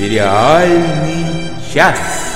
Сериальный час.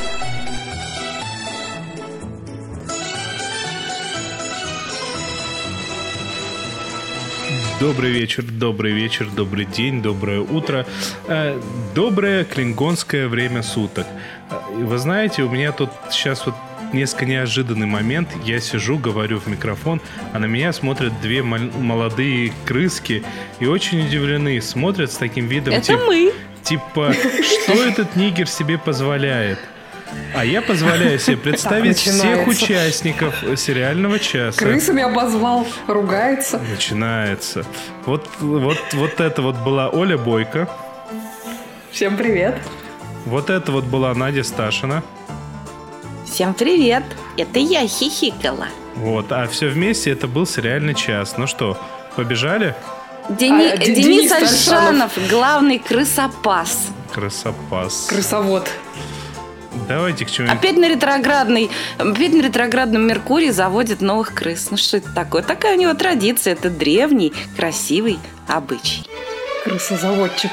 Добрый вечер, добрый день, доброе утро, доброе клингонское время суток. Вы знаете, у меня тут сейчас вот несколько неожиданный момент. Я сижу, говорю в микрофон, а на меня смотрят две молодые крыски и очень удивлены. Смотрят с таким видом. Это мы. Типа, что этот нигер себе позволяет? А я позволяю себе представить всех участников сериального часа. Крысами обозвал, ругается. Начинается. Вот это вот была Оля Бойко. Всем привет. Вот это вот была Надя Сташина. Всем привет. Это я хихикала. Вот, а все вместе это был сериальный час. Ну что, побежали? Денис Альшанов, главный крысопас. Крысовод. Давайте к чему-нибудь. Опять на ретроградном Меркурии заводит новых крыс. Ну что это такое? Такая у него традиция. Это древний, красивый обычай. Крысозаводчик.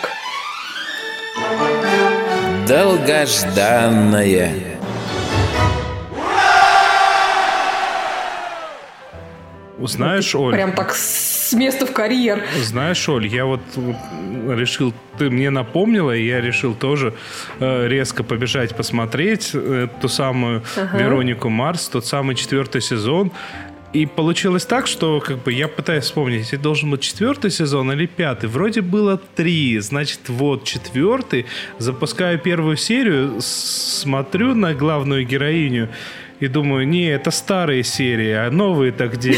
Долгожданное. Знаешь, Оль... Прям так с места в карьер. Знаешь, Оль, я вот решил... Ты мне напомнила, и я решил тоже резко побежать посмотреть ту самую Веронику Марс, тот самый 4-й сезон. И получилось так, что как бы я пытаюсь вспомнить, это должен быть 4-й сезон или 5-й. Вроде было 3, значит, вот 4-й. Запускаю первую серию, смотрю на главную героиню и думаю, не, это старые серии, а новые-то где?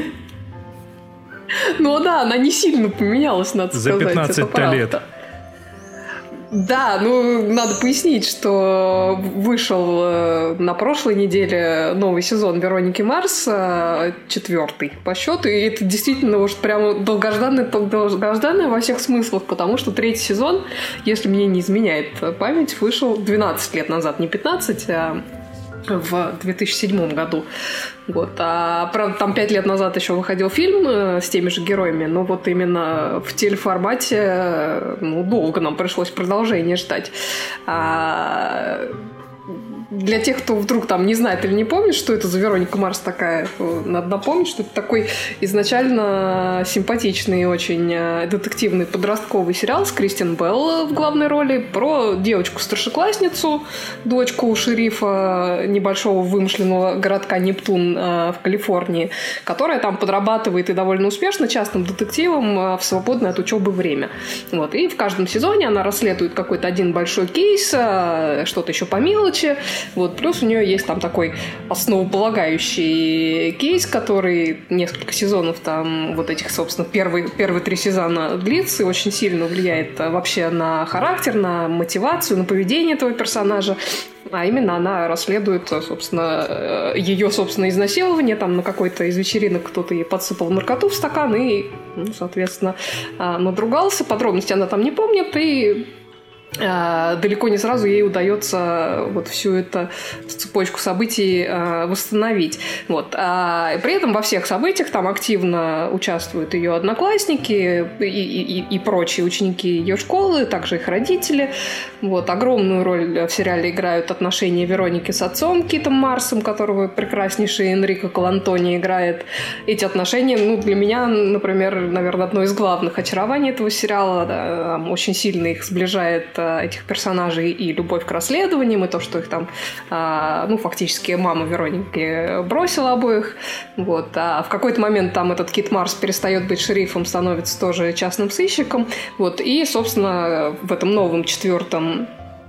Ну да, она не сильно поменялась, надо сказать. За 15 лет. Да, ну, надо пояснить, что вышел на прошлой неделе новый сезон Вероники Марс, 4-й по счету, и это действительно уж прямо долгожданное во всех смыслах, потому что 3-й сезон, если мне не изменяет память, вышел 12 лет назад, не 15, а в 2007 году. Вот. А, правда, там 5 лет назад еще выходил фильм с теми же героями, но вот именно в телеформате долго нам пришлось продолжение ждать. Для тех, кто вдруг там не знает или не помнит, что это за Вероника Марс такая, надо напомнить, что это такой изначально симпатичный, очень детективный подростковый сериал с Кристин Белл в главной роли про девочку-старшеклассницу, дочку шерифа небольшого вымышленного городка Нептун в Калифорнии, которая там подрабатывает и довольно успешно частным детективом в свободное от учебы время. Вот. И в каждом сезоне она расследует какой-то один большой кейс, что-то еще по мелочи. Вот, плюс у нее есть там такой основополагающий кейс, который несколько сезонов там вот этих, собственно, первые 3 сезона длится и очень сильно влияет вообще на характер, на мотивацию, на поведение этого персонажа. А именно она расследует, собственно, ее собственное изнасилование. Там на какой-то из вечеринок кто-то ей подсыпал наркоту в стакан и, соответственно, надругался. Подробности она там не помнит, и далеко не сразу ей удается вот всю эту цепочку событий восстановить. Вот. При этом во всех событиях там активно участвуют ее одноклассники и прочие ученики ее школы, также их родители. Вот. Огромную роль в сериале играют отношения Вероники с отцом Китом Марсом, которого прекраснейший Энрико Колантони играет. Эти отношения, для меня, например, наверное, одно из главных очарований этого сериала. Да, очень сильно их сближает этих персонажей и любовь к расследованиям, и то, что их там, фактически мама Вероники бросила обоих. Вот. А в какой-то момент там этот Кит Марс перестает быть шерифом, становится тоже частным сыщиком. Вот. И, собственно, в этом новом 4-м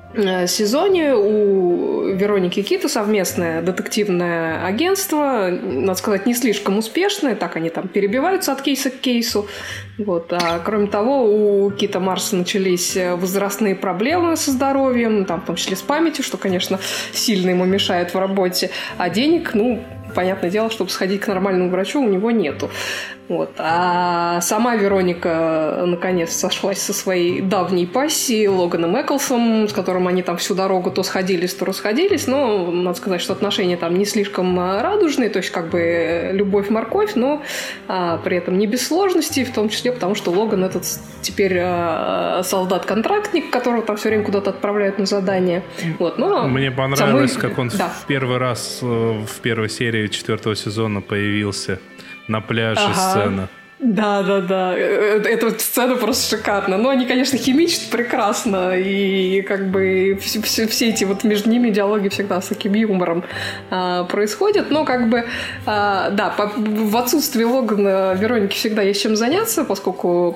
сезоне у Вероники и Кита совместное детективное агентство, надо сказать, не слишком успешное, так они там перебиваются от кейса к кейсу. Вот. А кроме того, у Кита Марса начались возрастные проблемы со здоровьем, там, в том числе с памятью, что, конечно, сильно ему мешает в работе, а денег, понятное дело, чтобы сходить к нормальному врачу, у него нету. Вот. А сама Вероника наконец сошлась со своей давней пассией Логаном Эклсом, с которым они там всю дорогу то сходились, то расходились. Но надо сказать, что отношения там не слишком радужные, то есть как бы любовь-морковь, но при этом не без сложностей, в том числе потому, что Логан этот теперь солдат-контрактник, которого там все время куда-то отправляют на задание. Вот. Но мне понравилось, как он в первый раз в первой серии 4-го сезона появился на пляже сцена. Да. Эта сцена просто шикарна. Но они, конечно, химичат прекрасно. И как бы все эти вот между ними диалоги всегда с таким юмором происходят. Но как бы, в отсутствии Логана Веронике всегда есть чем заняться, поскольку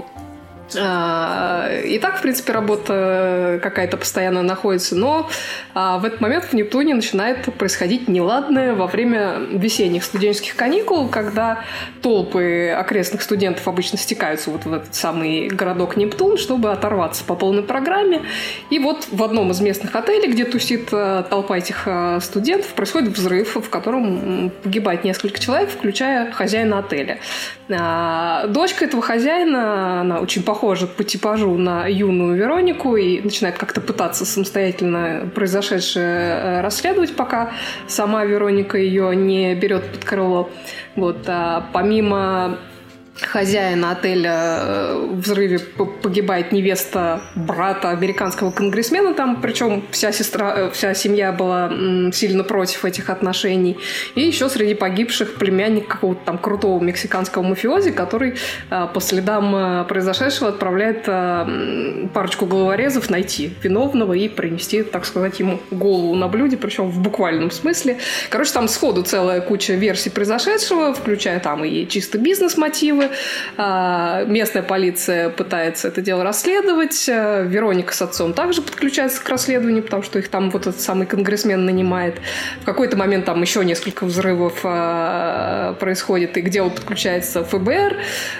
и так, в принципе, работа какая-то постоянно находится, но в этот момент в Нептуне начинает происходить неладное во время весенних студенческих каникул, когда толпы окрестных студентов обычно стекаются вот в этот самый городок Нептун, чтобы оторваться по полной программе. И вот в одном из местных отелей, где тусит толпа этих студентов, происходит взрыв, в котором погибает несколько человек, включая хозяина отеля. Дочка этого хозяина, она очень похожа по типажу на юную Веронику и начинает как-то пытаться самостоятельно произошедшее расследовать, пока сама Вероника ее не берет под крыло. Вот. Помимо хозяина отеля в взрыве погибает невеста брата американского конгрессмена, там, причем вся семья была сильно против этих отношений. И еще среди погибших племянник какого-то там крутого мексиканского мафиози, который по следам произошедшего отправляет парочку головорезов найти виновного и принести, так сказать, ему голову на блюде, причем в буквальном смысле. Короче, там сходу целая куча версий произошедшего, включая там и чисто бизнес-мотивы. Местная полиция пытается это дело расследовать. Вероника с отцом также подключается к расследованию, потому что их там вот этот самый конгрессмен нанимает. В какой-то момент там еще несколько взрывов происходит, и к делу подключается ФБР.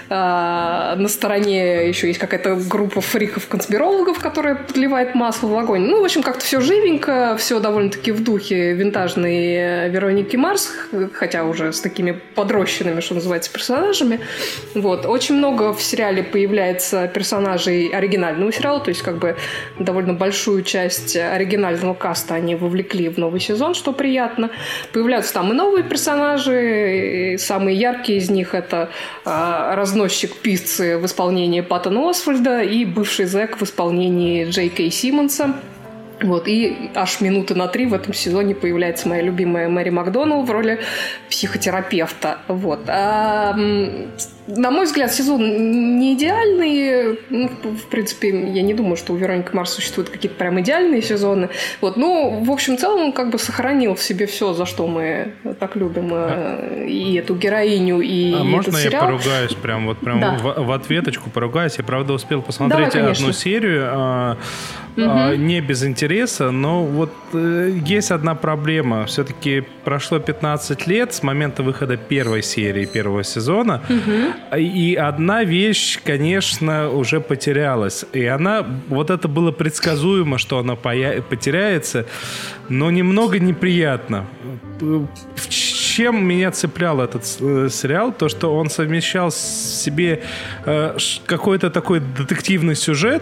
На стороне еще есть какая-то группа фриков-конспирологов, которая подливает масло в огонь. Ну, в общем, как-то все живенько, все довольно-таки в духе винтажной Вероники Марс, хотя уже с такими подрощенными, что называется, персонажами. Вот. Очень много в сериале появляется персонажей оригинального сериала, то есть как бы довольно большую часть оригинального каста они вовлекли в новый сезон, что приятно. Появляются там и новые персонажи, и самые яркие из них это разносчик пиццы в исполнении Паттона Освальда и бывший зэк в исполнении Джей Кей Симмонса. Вот, и аж минуты на 3 в этом сезоне появляется моя любимая Мэри Макдоналл в роли психотерапевта. Вот. На мой взгляд, сезон не идеальный. Ну, в принципе, я не думаю, что у Вероники Марс существуют какие-то прям идеальные сезоны. Вот. Но, в общем, в целом он как бы сохранил в себе все, за что мы так любим и эту героиню, и этот можно сериал. Я поругаюсь прям да. в ответочку поругаюсь? Я, правда, успел посмотреть одну серию, не без интереса, но вот есть одна проблема. Все-таки прошло 15 лет с момента выхода первой серии первого сезона, и одна вещь, конечно, уже потерялась. И она, вот это было предсказуемо, что она потеряется, но немного неприятно. Чем меня цеплял этот сериал? То, что он совмещал в себе какой-то такой детективный сюжет,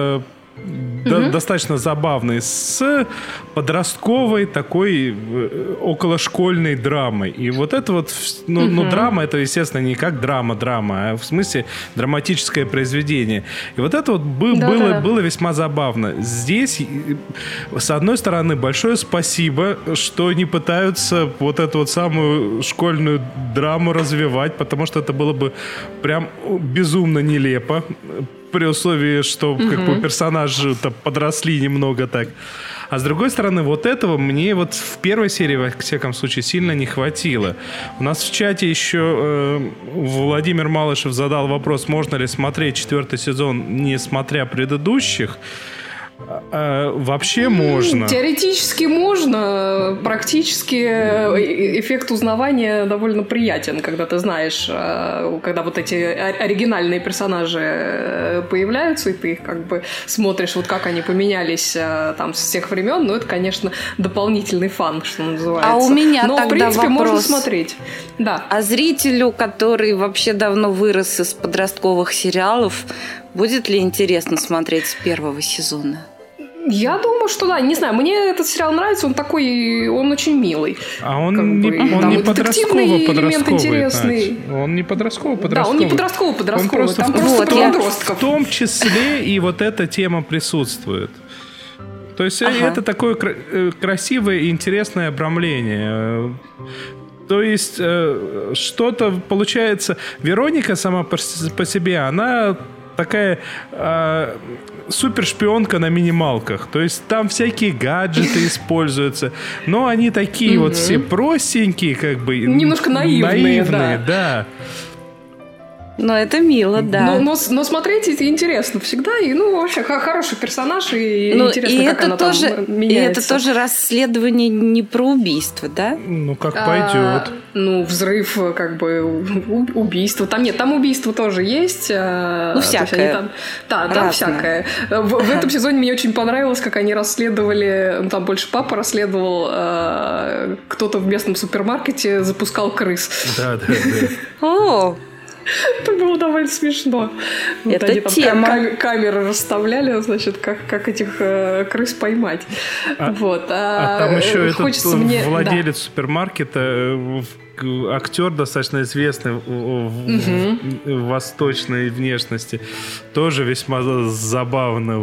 достаточно забавный, с подростковой такой околошкольной драмой. И вот это вот, драма, это, естественно, не как драма, а в смысле драматическое произведение. И вот это вот было весьма забавно. Здесь, с одной стороны, большое спасибо, что не пытаются вот эту вот самую школьную драму развивать, потому что это было бы прям безумно нелепо, при условии, что как бы персонажи-то подросли немного так. А с другой стороны, вот этого мне вот в первой серии, во всяком случае, сильно не хватило. У нас в чате еще Владимир Малышев задал вопрос, можно ли смотреть 4-й сезон, не смотря предыдущих. Вообще можно. Теоретически можно. Практически эффект узнавания довольно приятен, когда ты знаешь, когда вот эти оригинальные персонажи появляются, и ты их как бы смотришь, вот как они поменялись там с тех времен. Ну, это, конечно, дополнительный фан, что называется. А у меня Но, тогда в принципе, вопрос. можно смотреть. Да. А зрителю, который вообще давно вырос из подростковых сериалов, будет ли интересно смотреть с первого сезона? Я думаю, что да. Не знаю, мне этот сериал нравится, он такой, он очень милый. А он не подростковый. Он не подростковый. Да, он не подростковый. Он просто там вот, просто подростков. В том числе и вот эта тема присутствует. То есть это такое красивое и интересное обрамление. То есть что-то получается... Вероника сама по себе, она такая супершпионка на минималках. То есть там всякие гаджеты используются, но они такие вот все простенькие, как бы... Немножко наивные, да. Но это мило, да. Но смотреть это интересно всегда. И, вообще, хороший персонаж, и интересно, как она там меняется. И это тоже расследование не про убийство, да? Ну, как пойдет. Взрыв, как бы, убийство. Там убийство тоже есть. Всякое. Там всякое. В этом сезоне мне очень понравилось, как они расследовали, там больше папа расследовал, кто-то в местном супермаркете запускал крыс. Да. О! Это было довольно смешно. Это они тема. Там камеры расставляли, значит, как этих крыс поймать. Там еще этот владелец супермаркета, актер достаточно известный в восточной внешности, тоже весьма забавно.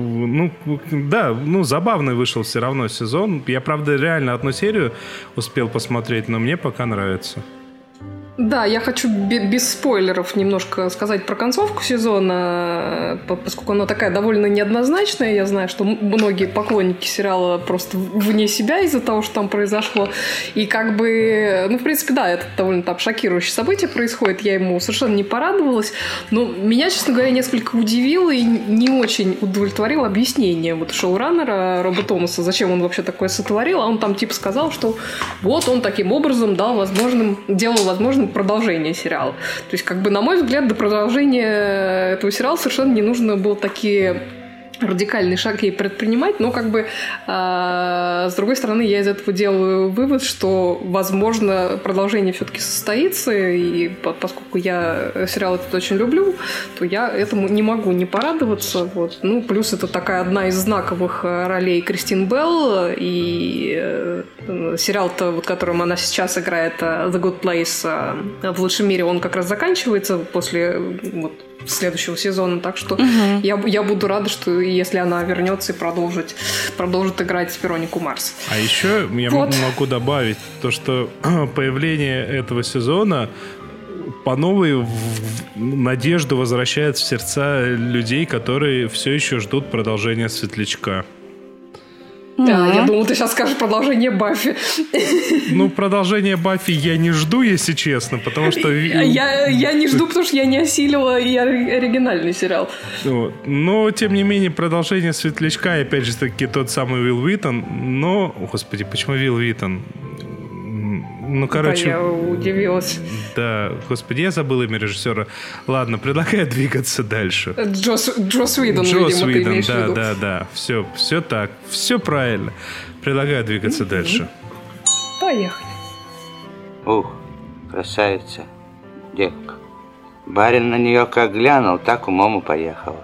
Забавный вышел все равно сезон. Я, правда, реально одну серию успел посмотреть, но мне пока нравится. Да, я хочу без спойлеров немножко сказать про концовку сезона, поскольку она такая довольно неоднозначная. Я знаю, что многие поклонники сериала просто вне себя из-за того, что там произошло. И как бы, в принципе, да, это довольно там шокирующее событие происходит. Я ему совершенно не порадовалась. Но меня, честно говоря, несколько удивило и не очень удовлетворило объяснение вот шоураннера Роба Томаса, зачем он вообще такое сотворил. А он там типа сказал, что вот он таким образом делал возможным продолжение сериала. То есть, как бы, на мой взгляд, до продолжения этого сериала совершенно не нужно было такие радикальные шаги предпринимать, но как бы с другой стороны я из этого делаю вывод, что возможно продолжение все-таки состоится, и поскольку я сериал этот очень люблю, то я этому не могу не порадоваться. Вот. Плюс это такая одна из знаковых ролей Кристин Белл, и сериал-то, вот, которым она сейчас играет, The Good Place, в лучшем мире, он как раз заканчивается после следующего сезона, так что я буду рада, что если она вернется и продолжит играть Веронику Марс. А еще я могу добавить то, что появление этого сезона по новой надежду возвращает в сердца людей, которые все еще ждут продолжения «Светлячка». Да, я думала, ты сейчас скажешь продолжение Баффи. Продолжение Баффи я не жду, если честно, потому что... Я не жду, потому что я не осилила и оригинальный сериал. Но, тем не менее, продолжение «Светлячка», и опять же таки тот самый Уилл Уитон, но... Господи, почему Уилл Уитон? Да, я удивилась. Да, господи, я забыл имя режиссера. Ладно, предлагаю двигаться дальше. Джос Уидон, видимо, ты имеешь в виду. Да. Все так, все правильно. Предлагаю двигаться дальше. Поехали. Ух, красавица, девка. Барин на нее как глянул, так умом и поехала.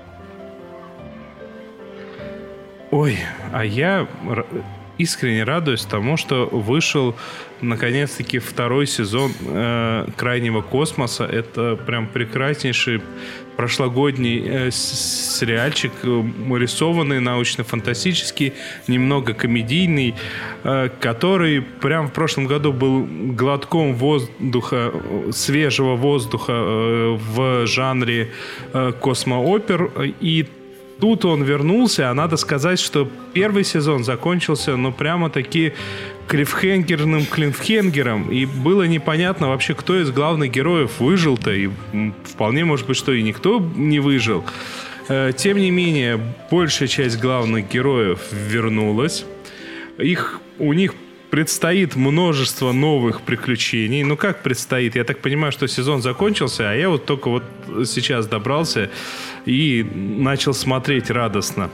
Ой, а я искренне радуюсь тому, что вышел наконец-таки второй сезон «Крайнего космоса». Это прям прекраснейший прошлогодний сериальчик, рисованный, научно-фантастический, немного комедийный, который прям в прошлом году был глотком воздуха, свежего воздуха в жанре космоопер, и тут он вернулся, а надо сказать, что первый сезон закончился, прямо-таки клиффхенгером, и было непонятно вообще, кто из главных героев выжил-то, и вполне может быть, что и никто не выжил. Тем не менее, большая часть главных героев вернулась. У них предстоит множество новых приключений. Ну, как предстоит? Я так понимаю, что сезон закончился, а я вот только вот сейчас добрался и начал смотреть радостно.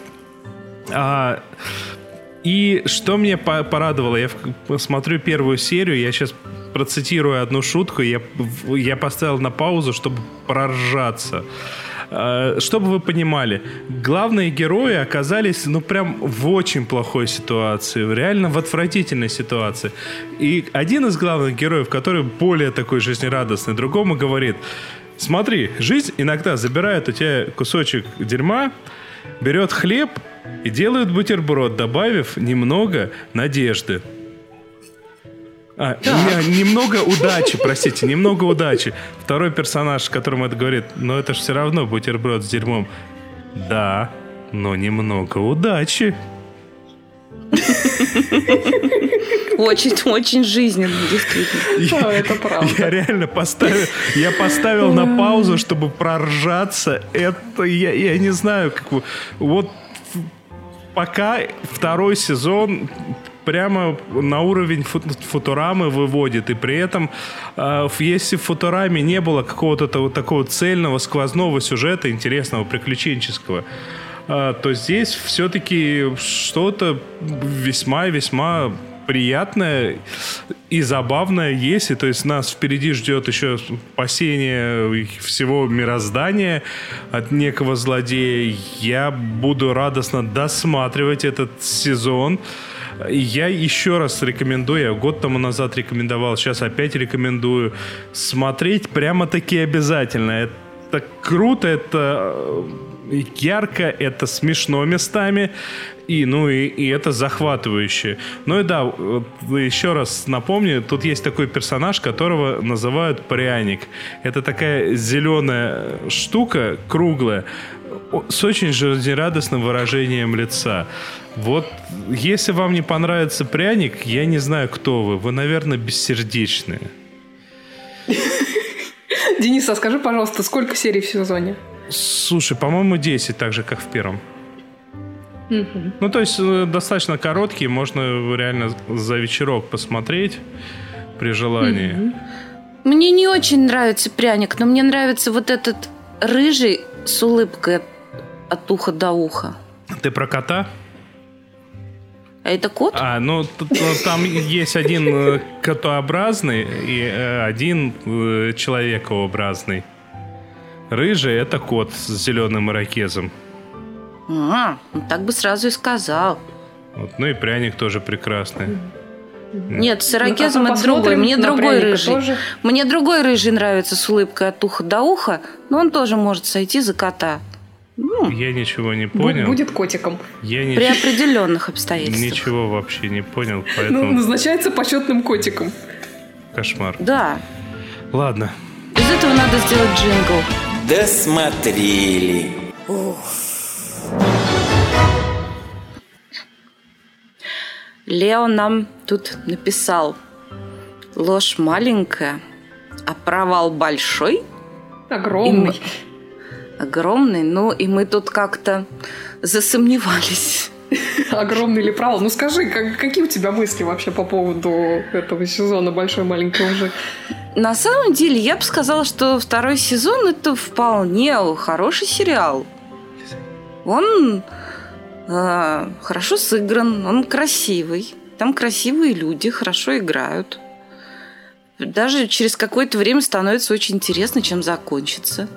И что мне порадовало, я смотрю первую серию, я сейчас процитирую одну шутку, я поставил на паузу, чтобы проржаться. Чтобы вы понимали, главные герои оказались, прям в очень плохой ситуации, реально в отвратительной ситуации. И один из главных героев, который более такой жизнерадостный, другому говорит: смотри, жизнь иногда забирает у тебя кусочек дерьма, берет хлеб и делает бутерброд, добавив немного надежды. Немного удачи, простите, немного удачи. Второй персонаж, которому это говорит: но это же все равно бутерброд с дерьмом. Да, но немного удачи. Очень жизненно, действительно. Это правда. Я реально поставил на паузу, чтобы проржаться. Это, я не знаю, как... Вот пока второй сезон прямо на уровень Футурамы выводит. И при этом, если в Футураме не было какого-то такого цельного, сквозного сюжета, интересного, приключенческого, то здесь все-таки что-то весьма-весьма приятное и забавное есть. И то есть нас впереди ждет еще спасение всего мироздания от некого злодея. Я буду радостно досматривать этот сезон. Я еще раз рекомендую, я год тому назад рекомендовал, сейчас опять рекомендую смотреть прямо-таки обязательно. Это круто, это ярко, это смешно местами, и это захватывающе. Ну и да, еще раз напомню, тут есть такой персонаж, которого называют пряник. Это такая зеленая штука, круглая, с очень жизнерадостным выражением лица. Вот, если вам не понравится пряник, я не знаю, кто вы. Вы, наверное, бессердечные. Денис, а скажи, пожалуйста, сколько серий в сезоне? Слушай, по-моему, 10, так же, как в первом. Ну, то есть, достаточно короткие, можно реально за вечерок посмотреть при желании. Мне не очень нравится пряник, но мне нравится вот этот рыжий с улыбкой от уха до уха. Ты про кота? А это кот? Там есть один котообразный и один человекообразный. Рыжий — это кот с зеленым ирокезом. Так бы сразу и сказал. Вот, и пряник тоже прекрасный. Нет, с ирокезом это другой. Мне другой рыжий. Тоже. Мне другой рыжий нравится с улыбкой от уха до уха, но он тоже может сойти за кота. Я ничего не понял. Будет котиком. При определенных обстоятельствах. Ничего вообще не понял, поэтому... назначается почетным котиком. Кошмар. Да. Ладно. Из этого надо сделать джингл. Досмотрели. Лео нам тут написал: ложь маленькая, а провал большой. Огромный. Огромный, и мы тут как-то засомневались. Огромный ли провал? Ну скажи, какие у тебя мысли вообще по поводу этого сезона «Большой маленькой лжи»? На самом деле, я бы сказала, что второй сезон – это вполне хороший сериал. Он хорошо сыгран, он красивый. Там красивые люди, хорошо играют. Даже через какое-то время становится очень интересно, чем закончится.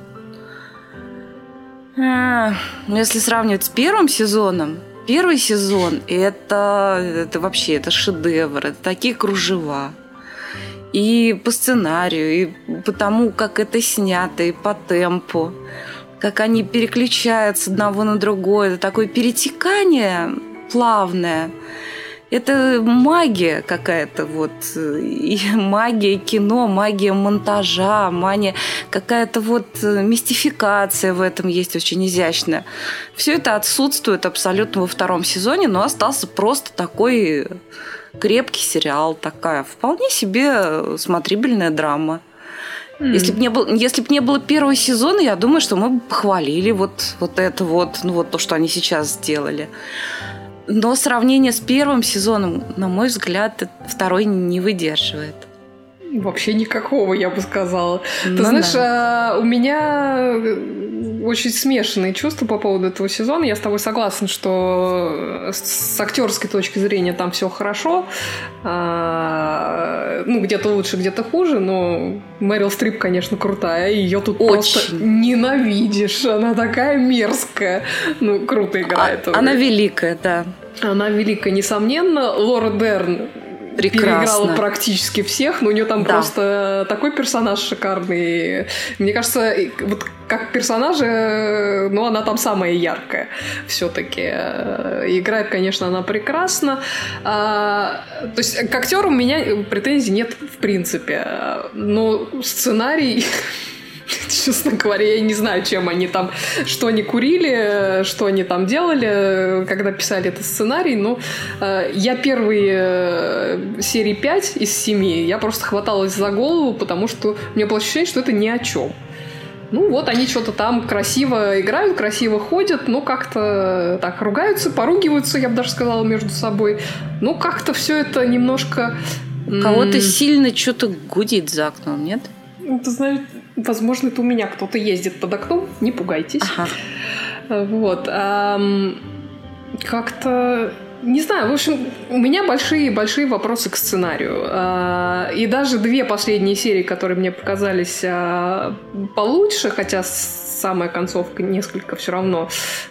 Если сравнивать с первым сезоном, первый сезон это вообще это шедевр, это такие кружева. И по сценарию, и по тому, как это снято, и по темпу, как они переключаются с одного на другое. Это такое перетекание плавное. Это магия какая-то, и магия кино, магия монтажа, какая-то мистификация в этом есть очень изящная. Все это отсутствует абсолютно во втором сезоне, но остался просто такой крепкий сериал, такая вполне себе смотрибельная драма. Если бы не было первого сезона, я думаю, что мы бы похвалили вот это вот, ну вот то, что они сейчас сделали. Но сравнение с первым сезоном, на мой взгляд, второй не выдерживает. Вообще никакого, я бы сказала. Ты знаешь, у меня очень смешанные чувства по поводу этого сезона. Я с тобой согласна, что с актерской точки зрения там все хорошо. Ну, где-то лучше, где-то хуже, но Мэрил Стрип, конечно, крутая. Ее тут просто ненавидишь. Она такая мерзкая. Ну, круто играет. Она великая, да. Она великая, несомненно. Лора Дерн переиграла практически всех, но у нее там просто такой персонаж шикарный. Мне кажется, вот как персонажа, ну, она там самая яркая все-таки. Играет, конечно, она прекрасно. То есть к актеру у меня претензий нет в принципе. Но сценарий... Честно говоря, я не знаю, чем они там, что они курили, что они там делали, когда писали этот сценарий. Но я первые серии 5 из 7 я просто хваталась за голову, потому что у меня было ощущение, что это ни о чем. Ну вот, они что-то там красиво играют, красиво ходят, но как-то так ругаются, поругиваются, я бы даже сказала, между собой. Ну, как-то все это немножко... У кого-то сильно что-то гудит за окном, нет? Ты знаешь, возможно, это у меня кто-то ездит под окном, не пугайтесь. Ага. Вот. Как-то... Не знаю, в общем, у меня большие вопросы к сценарию. И даже 2 последние серии, которые мне показались получше, хотя самая концовка несколько все равно...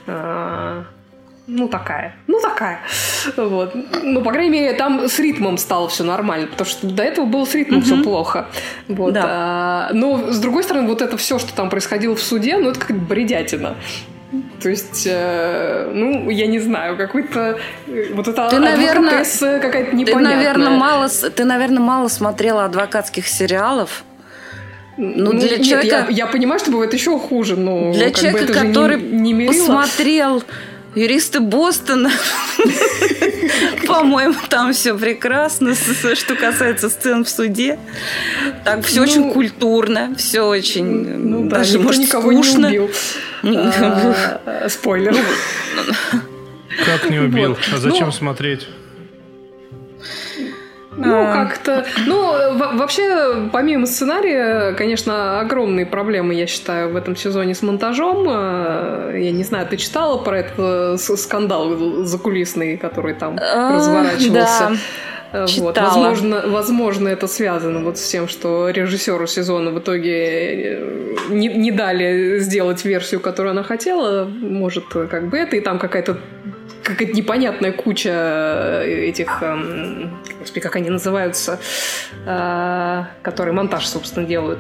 Ну, такая. Вот. Ну, по крайней мере, там с ритмом стало все нормально, потому что до этого было с ритмом все плохо. Вот. Да. Но, с другой стороны, вот это все, что там происходило в суде, ну, это какая-то бредятина. То есть, ну, я не знаю, какой-то... Вот это адвокатесса какая-то непонятная. Ты, наверное, мало смотрела адвокатских сериалов. Ну, для человека... я понимаю, что бывает еще хуже, но... Для человека, который посмотрел... «Юристы Бостона», по-моему, там все прекрасно, что касается сцен в суде. Так, все очень культурно, все очень, даже, никто может, никого скучно. Не убил. Спойлер. Как не убил? А зачем смотреть? Ну, как-то... Ну, вообще, помимо сценария, конечно, огромные проблемы, я считаю, в этом сезоне с монтажом. Я не знаю, ты читала про этот скандал закулисный, который там разворачивался? Да, вот. Возможно, это связано вот с тем, что режиссеру сезона в итоге не дали сделать версию, которую она хотела. Может, как бы это, и там какая-то непонятная куча этих, господи, как они называются, которые монтаж, собственно, делают.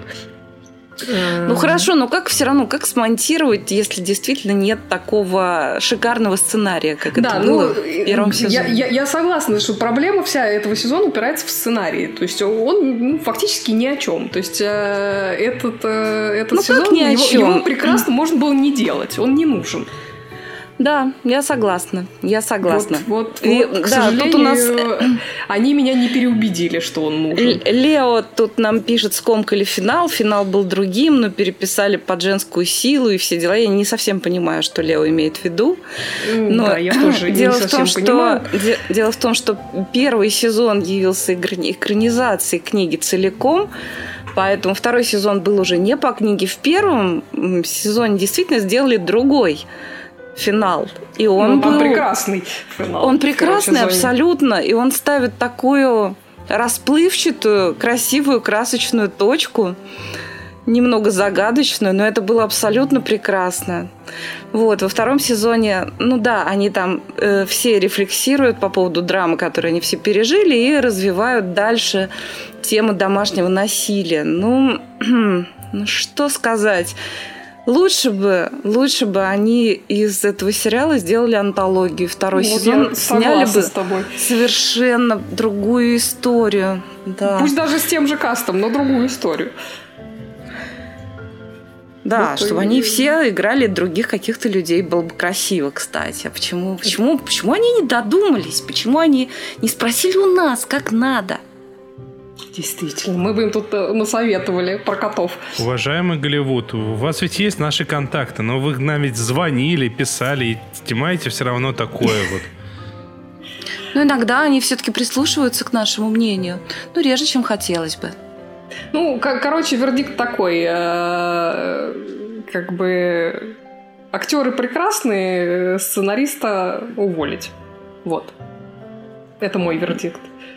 Ну хорошо, но как все равно, как смонтировать, если действительно нет такого шикарного сценария, как это было в первом сезоне? Я согласна, что проблема вся этого сезона упирается в сценарий. То есть он фактически ни о чем. То есть этот сезон, его прекрасно можно было не делать, он не нужен. Да, я согласна. Вот, к сожалению, тут у нас... они меня не переубедили, что он нужен. Лео тут нам пишет, скомкали финал. Финал был другим, но переписали под женскую силу и все дела. Я не совсем понимаю, что Лео имеет в виду. Но да, я тоже не совсем понимаю. Дело в том, что первый сезон явился экранизацией книги целиком. Поэтому второй сезон был уже не по книге. В первом сезоне действительно сделали другой финал. И он был прекрасный финал. Он прекрасный абсолютно. И он ставит такую расплывчатую, красивую, красочную точку. Немного загадочную, но это было абсолютно прекрасно. Вот, во втором сезоне, ну да, они там все рефлексируют по поводу драмы, которую они все пережили, и развивают дальше тему домашнего насилия. Ну что сказать? Лучше бы они из этого сериала сделали антологию. Второй сезон сняли бы совершенно другую историю. Да. Пусть даже с тем же кастом, но другую историю. Да, чтобы они все играли других каких-то людей. Было бы красиво, кстати. А почему они не додумались? Почему они не спросили у нас, как надо? Действительно, мы бы им тут насоветовали про котов. Уважаемый Голливуд, у вас ведь есть наши контакты, но вы нам ведь звонили, писали, и снимаете все равно такое вот. Ну, иногда они все-таки прислушиваются к нашему мнению. Ну, реже, чем хотелось бы. Ну, короче, вердикт такой. Как бы актеры прекрасные, сценариста уволить. Вот. Это мой вердикт.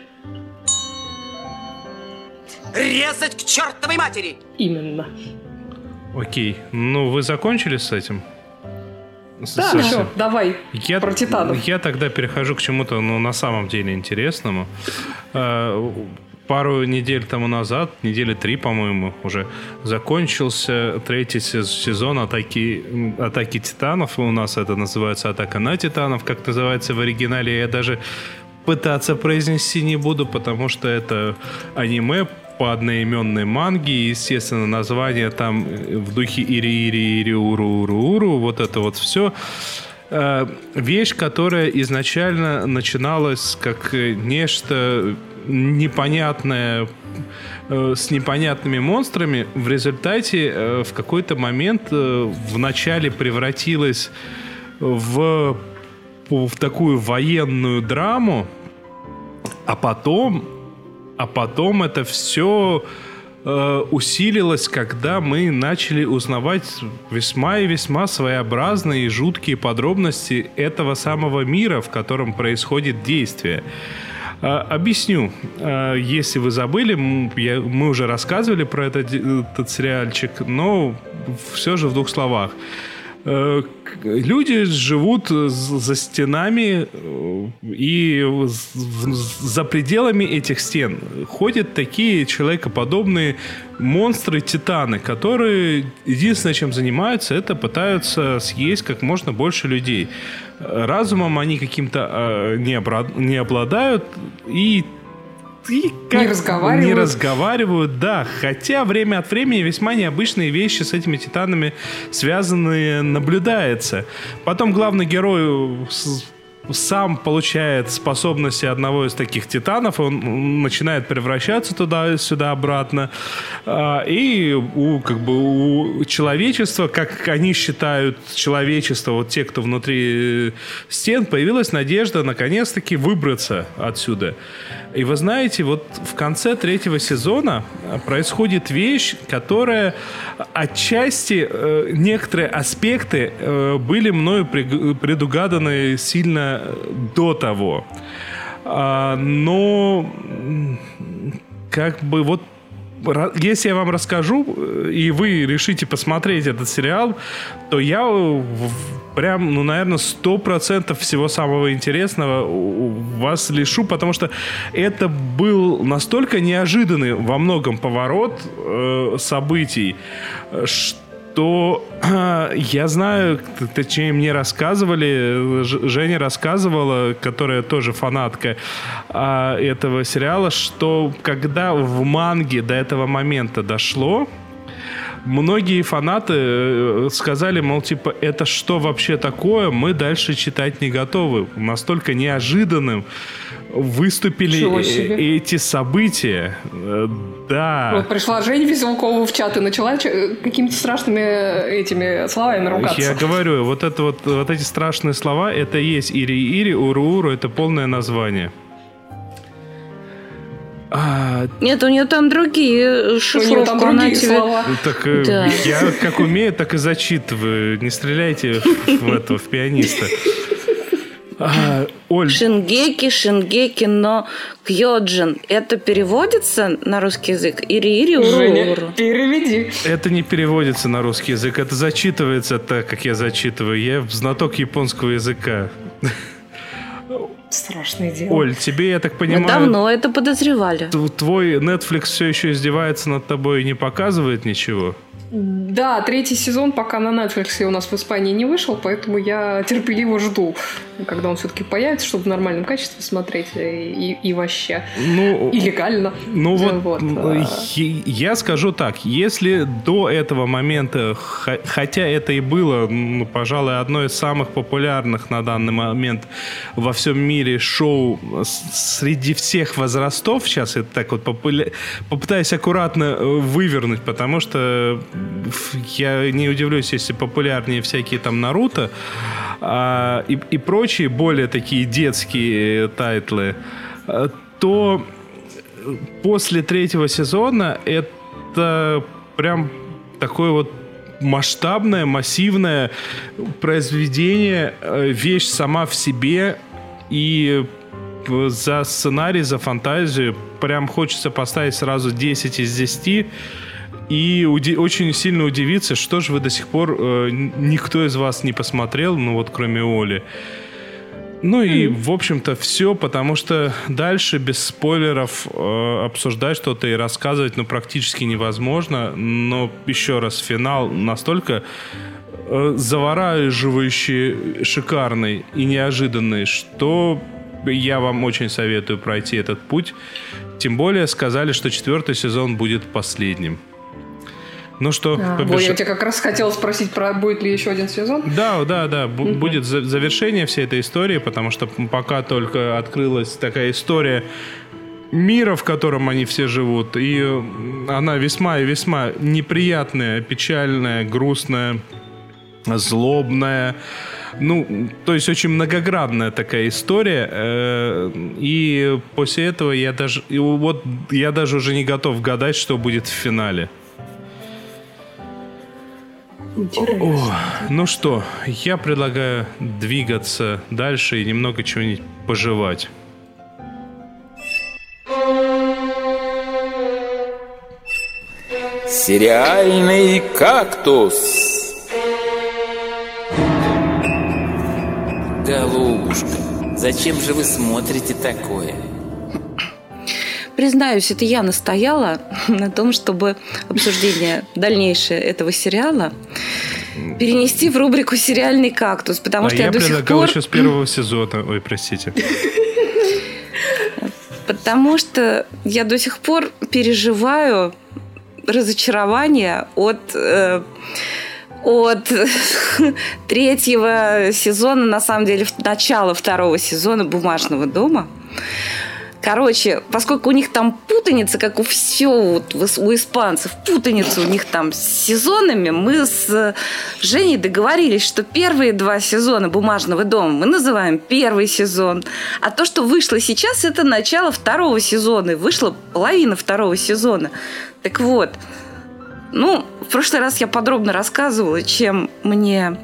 Резать к чертовой матери! Именно. Окей. Ну, вы закончили с этим? Да, все, давай про Титанов. Я тогда перехожу к чему-то, ну, на самом деле интересному. Пару недель тому назад, недели 3, по-моему, уже закончился 3-й сезон «Атаки Титанов». У нас это называется «Атака на Титанов», как называется в оригинале. Я даже пытаться произнести не буду, потому что это аниме по одноименной манге, и, естественно, название там в духе ири-ири-ири, уру-уру-уру, вот это вот все. Вещь, которая изначально начиналась как нечто непонятное с непонятными монстрами, в результате в какой-то момент вначале превратилась в такую военную драму, а потом это все усилилось, когда мы начали узнавать весьма и весьма своеобразные и жуткие подробности этого самого мира, в котором происходит действие. Объясню. Если вы забыли, мы уже рассказывали про этот сериальчик, но все же в 2 словах. Люди живут за стенами, и за пределами этих стен ходят такие человекоподобные монстры-титаны, которые единственное, чем занимаются, это пытаются съесть как можно больше людей. Разумом они каким-то не обладают и не разговаривают, да. Хотя время от времени весьма необычные вещи с этими титанами связанные наблюдается. Потом главный герой сам получает способности одного из таких титанов, он начинает превращаться туда-сюда обратно. И у человечества, как они считают человечество, вот те, кто внутри стен, появилась надежда наконец-таки выбраться отсюда. И вы знаете, вот в конце 3-го сезона происходит вещь, которая отчасти некоторые аспекты были мною предугаданы сильно до того. Но как бы вот если я вам расскажу, и вы решите посмотреть этот сериал, то я прям, наверное, 100% всего самого интересного вас лишу, потому что это был настолько неожиданный во многом поворот событий, что я знаю, точнее, мне рассказывали, Женя рассказывала, которая тоже фанатка этого сериала, что когда в манге до этого момента дошло, многие фанаты сказали, мол, типа, это что вообще такое? Мы дальше читать не готовы. Настолько неожиданным выступили эти события. Да. Вот пришла Женя Веселкова в чат и начала какими-то страшными этими словами ругаться. Я говорю, вот эти страшные слова, это и есть ири-ири, уру-уру, это полное название. Нет, у нее там другие шифровки. У нее там другие слова. Так да. Я как умею, так и зачитываю. Не стреляйте в пианиста. Оль. Шингеки, но Кьоджин. Это переводится на русский язык? Ири-ири, уру-уру. Переведи. Это не переводится на русский язык. Это зачитывается так, как я зачитываю. Я знаток японского языка. Страшное дело. Оль, тебе, я так понимаю... Мы давно это подозревали. Твой Netflix все еще издевается над тобой и не показывает ничего? Да, 3-й сезон пока на Netflix у нас в Испании не вышел, поэтому я терпеливо жду, когда он все-таки появится, чтобы в нормальном качестве смотреть и вообще. И легально. Я скажу так, если до этого момента, хотя это и было, пожалуй, одно из самых популярных на данный момент во всем мире шоу среди всех возрастов, сейчас я так вот попытаюсь аккуратно вывернуть, потому что я не удивлюсь, если популярнее всякие там Наруто и прочие более такие детские тайтлы, то после 3-го сезона это прям такое вот масштабное, массивное произведение, вещь сама в себе, и за сценарий, за фантазию прям хочется поставить сразу 10 из 10. И очень сильно удивиться, что же вы до сих пор никто из вас не посмотрел, кроме Оли. И, в общем-то, все, потому что дальше без спойлеров обсуждать что-то и рассказывать, практически невозможно. Но, еще раз, финал настолько завораживающий, шикарный и неожиданный, что я вам очень советую пройти этот путь. Тем более сказали, что 4-й сезон будет последним. Ну что, я тебя как раз хотела спросить, будет ли еще один сезон? Да. Будет завершение всей этой истории, потому что пока только открылась такая история мира, в котором они все живут, и она весьма и весьма неприятная, печальная, грустная, злобная. То есть очень многогранная такая история. И после этого я даже уже не готов гадать, что будет в финале. Ну что, я предлагаю двигаться дальше и немного чего-нибудь пожевать. Сериальный кактус. Голубушка, зачем же вы смотрите такое? Признаюсь, это я настояла на том, чтобы обсуждение дальнейшее этого сериала перенести в рубрику «Сериальный кактус», потому что я до сих пор... предлагал еще с 1-го сезона. Ой, простите. Потому что я до сих пор переживаю разочарование от 3-го сезона, на самом деле, начала 2-го сезона «Бумажного дома». Короче, поскольку у них там путаница, как у всего у испанцев, путаница у них там с сезонами, мы с Женей договорились, что первые 2 сезона «Бумажного дома» мы называем 1-й сезон, а то, что вышло сейчас, это начало 2-го сезона, и вышла половина 2-го сезона. Так вот, в прошлый раз я подробно рассказывала, чем мне...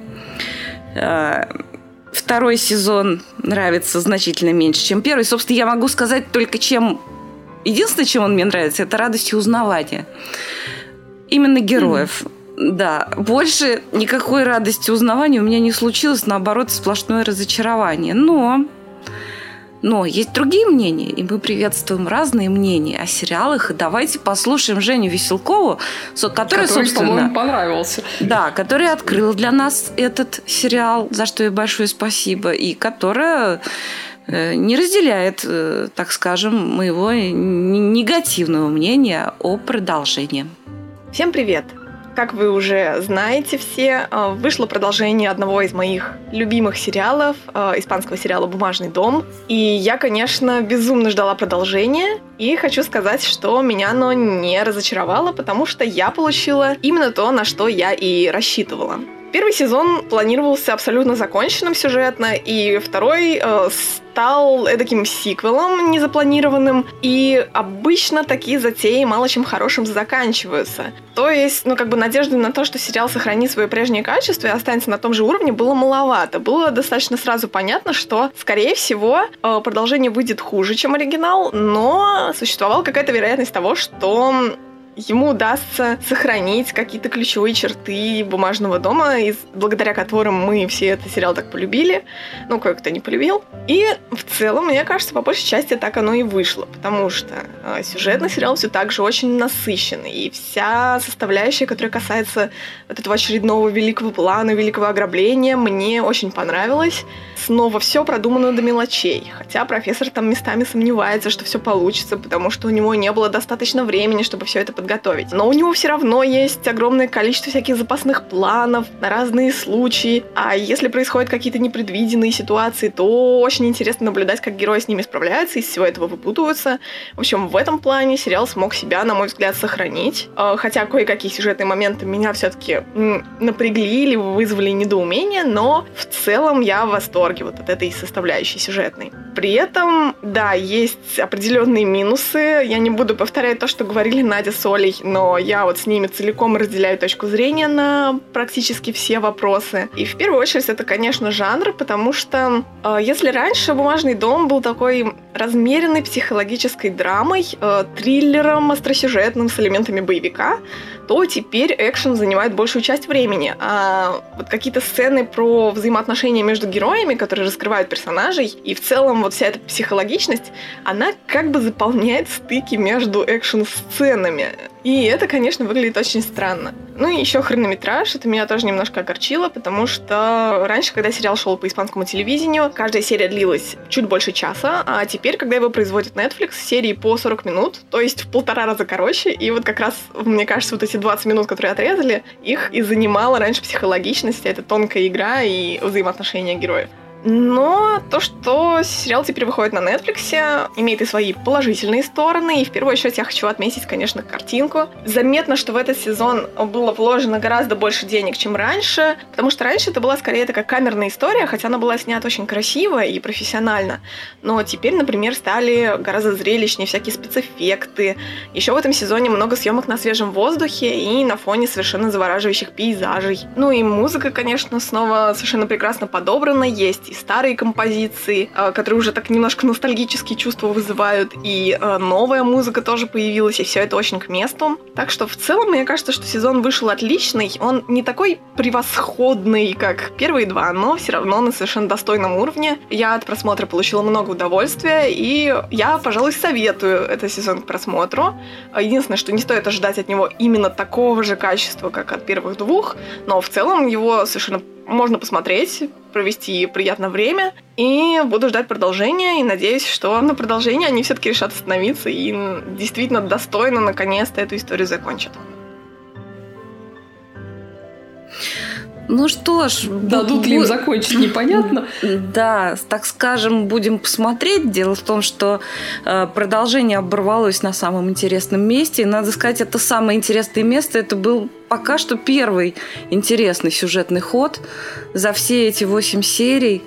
2-й сезон нравится значительно меньше, чем 1-й. Собственно, я могу сказать только, чем... Единственное, чем он мне нравится, это радость узнавания. Именно героев. Да. Больше никакой радости узнавания у меня не случилось. Наоборот, сплошное разочарование. Но есть другие мнения, и мы приветствуем разные мнения о сериалах. И давайте послушаем Женю Веселкову, который, собственно, по-моему, понравился. Да, которая открыла для нас этот сериал, за что ей большое спасибо, и которая не разделяет, так скажем, моего негативного мнения о продолжении. Всем привет! Как вы уже знаете все, вышло продолжение одного из моих любимых сериалов, испанского сериала «Бумажный дом». И я, конечно, безумно ждала продолжения. И хочу сказать, что меня оно не разочаровало, потому что я получила именно то, на что я и рассчитывала. 1-й сезон планировался абсолютно законченным сюжетно, и 2-й стал эдаким сиквелом незапланированным, и обычно такие затеи мало чем хорошим заканчиваются. То есть, надежды на то, что сериал сохранит свое прежнее качество и останется на том же уровне, было маловато. Было достаточно сразу понятно, что, скорее всего, продолжение выйдет хуже, чем оригинал, но существовала какая-то вероятность того, что ему удастся сохранить какие-то ключевые черты «Бумажного дома», благодаря которым мы все этот сериал так полюбили. Ну, кое-кто не полюбил. И в целом, мне кажется, по большей части так оно и вышло, потому что сюжетный сериал все так же очень насыщенный. И вся составляющая, которая касается вот этого очередного великого плана, великого ограбления, мне очень понравилось. Снова все продумано до мелочей. Хотя профессор там местами сомневается, что все получится, потому что у него не было достаточно времени, чтобы все это подготовить. Но у него все равно есть огромное количество всяких запасных планов на разные случаи. А если происходят какие-то непредвиденные ситуации, то очень интересно наблюдать, как герои с ними справляются и из всего этого выпутываются. В общем, в этом плане сериал смог себя, на мой взгляд, сохранить. Хотя кое-какие сюжетные моменты меня все-таки напрягли или вызвали недоумение, но в целом я в восторге вот от этой составляющей сюжетной. При этом, да, есть определенные минусы. Я не буду повторять то, что говорили Надя с Олей, но я вот с ними целиком разделяю точку зрения на практически все вопросы. И в первую очередь это, конечно, жанр, потому что если раньше «Бумажный дом» был такой размеренной психологической драмой, триллером остросюжетным с элементами боевика, то теперь экшен занимает большую часть времени. А вот какие-то сцены про взаимоотношения между героями, которые раскрывают персонажей, и в целом вот вся эта психологичность, она как бы заполняет стыки между экшн-сценами. И это, конечно, выглядит очень странно. Ну и еще хронометраж, это меня тоже немножко огорчило, потому что раньше, когда сериал шел по испанскому телевидению, каждая серия длилась чуть больше часа, а теперь, когда его производит Netflix, серии по 40 минут, то есть в 1,5 раза короче, и вот как раз, мне кажется, вот эти 20 минут, которые отрезали, их и занимала раньше психологичность, это тонкая игра и взаимоотношения героев. Но то, что сериал теперь выходит на Netflix, имеет и свои положительные стороны. И в первую очередь я хочу отметить, конечно, картинку. Заметно, что в этот сезон было вложено гораздо больше денег, чем раньше. Потому что раньше это была скорее такая камерная история, хотя она была снята очень красиво и профессионально. Но теперь, например, стали гораздо зрелищнее всякие спецэффекты. Еще в этом сезоне много съемок на свежем воздухе и на фоне совершенно завораживающих пейзажей. Ну и музыка, конечно, снова совершенно прекрасно подобрана. Есть и старые композиции, которые уже так немножко ностальгические чувства вызывают, и новая музыка тоже появилась, и все это очень к месту. Так что в целом, мне кажется, что сезон вышел отличный. Он не такой превосходный, как первые два, но все равно на совершенно достойном уровне. Я от просмотра получила много удовольствия, и я, пожалуй, советую этот сезон к просмотру. Единственное, что не стоит ожидать от него именно такого же качества, как от первых двух, но в целом его совершенно можно посмотреть, провести приятное время, и буду ждать продолжения, и надеюсь, что на продолжение они все-таки решат остановиться и действительно достойно наконец-то эту историю закончат. Ну что ж... Дадут ли им закончить, непонятно. Да, так скажем, будем посмотреть. Дело в том, что продолжение оборвалось на самом интересном месте. И, надо сказать, это самое интересное место. Это был пока что первый интересный сюжетный ход за все эти 8 серий.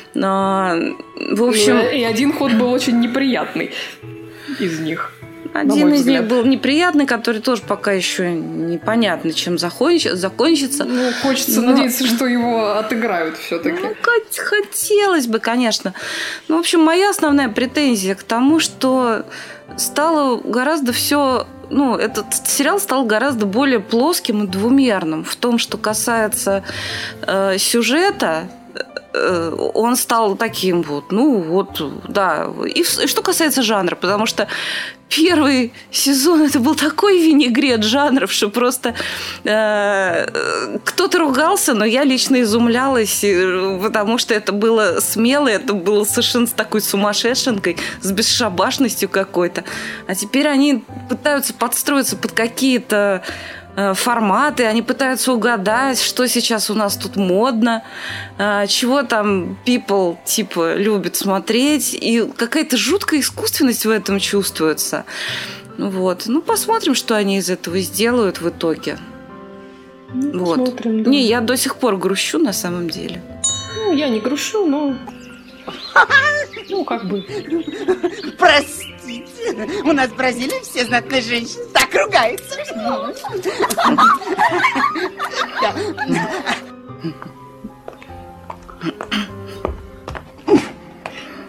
В общем... И один ход был очень неприятный из них. Один из них был неприятный, который тоже пока еще непонятно, чем закончится. Ну, хочется надеяться, что его отыграют все-таки. Ну, хотелось бы, конечно. Ну, в общем, моя основная претензия к тому, что стало гораздо все... Ну, этот сериал стал гораздо более плоским и двумерным. В том, что касается сюжета, он стал таким вот, ну вот, да. И что касается жанра, потому что первый сезон это был такой винегрет жанров, что просто кто-то ругался, но я лично изумлялась, потому что это было смело, это было совершенно с такой сумасшедшенкой, с бесшабашностью какой-то. А теперь они пытаются подстроиться под какие-то форматы, они пытаются угадать, что сейчас у нас тут модно, чего там people типа любят смотреть, и какая-то жуткая искусственность в этом чувствуется. Вот. Ну, посмотрим, что они из этого сделают в итоге. Ну, вот. Посмотрим, да. Не, я до сих пор грущу на самом деле. Ну, я не грущу, но... Ну, как бы... Простите, у нас в Бразилии все знатные женщины так ругаются.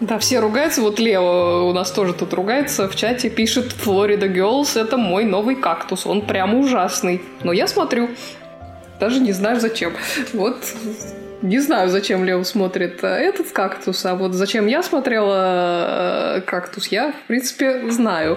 Да, все ругаются. Вот Лео у нас тоже тут ругается в чате, пишет: Florida Girls — это мой новый кактус, он прямо ужасный. Но я смотрю. Даже не знаю зачем. Вот... Не знаю, зачем Лео смотрит этот кактус, а вот зачем я смотрела кактус, я, в принципе, знаю.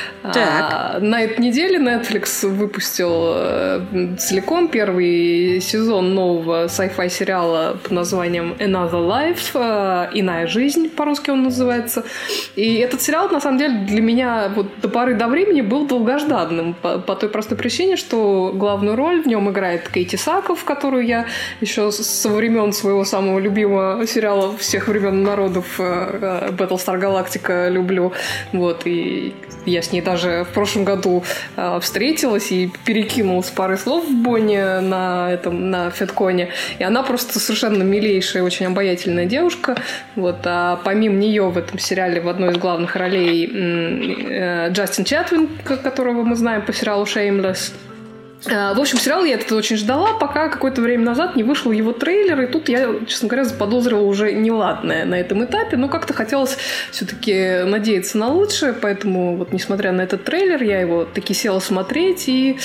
На этой неделе Netflix выпустил целиком первый сезон нового sci-fi сериала под названием Another Life, «Иная жизнь», по-русски он называется. И этот сериал, на самом деле, для меня вот до поры до времени был долгожданным по той простой причине, что главную роль в нем играет Кейти Саков, которую я еще со времен своего самого любимого сериала всех времен и народов Battlestar Galactica люблю. Вот, и я с ней даже в прошлом году встретилась и перекинулась парой слов в Бонне на Фетконе. И она просто совершенно милейшая, очень обаятельная девушка. Вот, а помимо нее в этом сериале в одной из главных ролей Джастин Чатвин, которого мы знаем по сериалу Shameless. В общем, сериал я этот очень ждала, пока какое-то время назад не вышел его трейлер, и тут я, честно говоря, заподозрила уже неладное на этом этапе, но как-то хотелось все-таки надеяться на лучшее, поэтому вот, несмотря на этот трейлер, я его таки села смотреть, и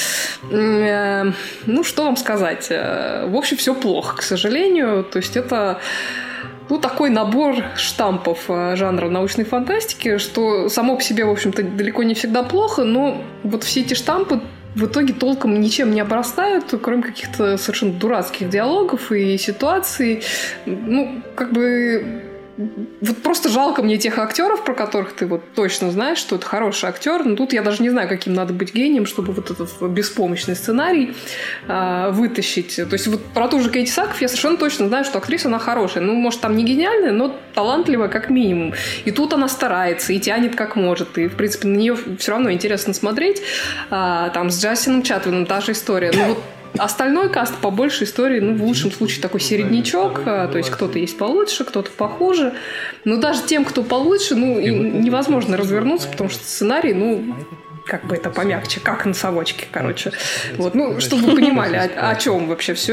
ну, что вам сказать, в общем, все плохо, к сожалению, то есть это... Ну, такой набор штампов жанра научной фантастики, что само по себе, в общем-то, далеко не всегда плохо, но вот все эти штампы в итоге толком ничем не обрастают, кроме каких-то совершенно дурацких диалогов и ситуаций. Ну, как бы... Вот просто жалко мне тех актеров, про которых ты вот точно знаешь, что это хороший актер. Но тут я даже не знаю, каким надо быть гением, чтобы вот этот беспомощный сценарий вытащить. То есть вот про ту же Кейти Саков я совершенно точно знаю, что актриса, она хорошая. Ну, может, там не гениальная, но талантливая как минимум. И тут она старается и тянет как может. И, в принципе, на нее все равно интересно смотреть. Там с Джастином Чатвином та же история. Ну, вот остальной каст побольше истории, ну, в лучшем случае такой середнячок, то есть кто-то есть получше, кто-то похуже. Но даже тем, кто получше, ну, невозможно развернуться, потому что сценарий, ну, как бы это помягче, как носовочки, короче. Вот, ну, чтобы вы понимали, о чем вообще все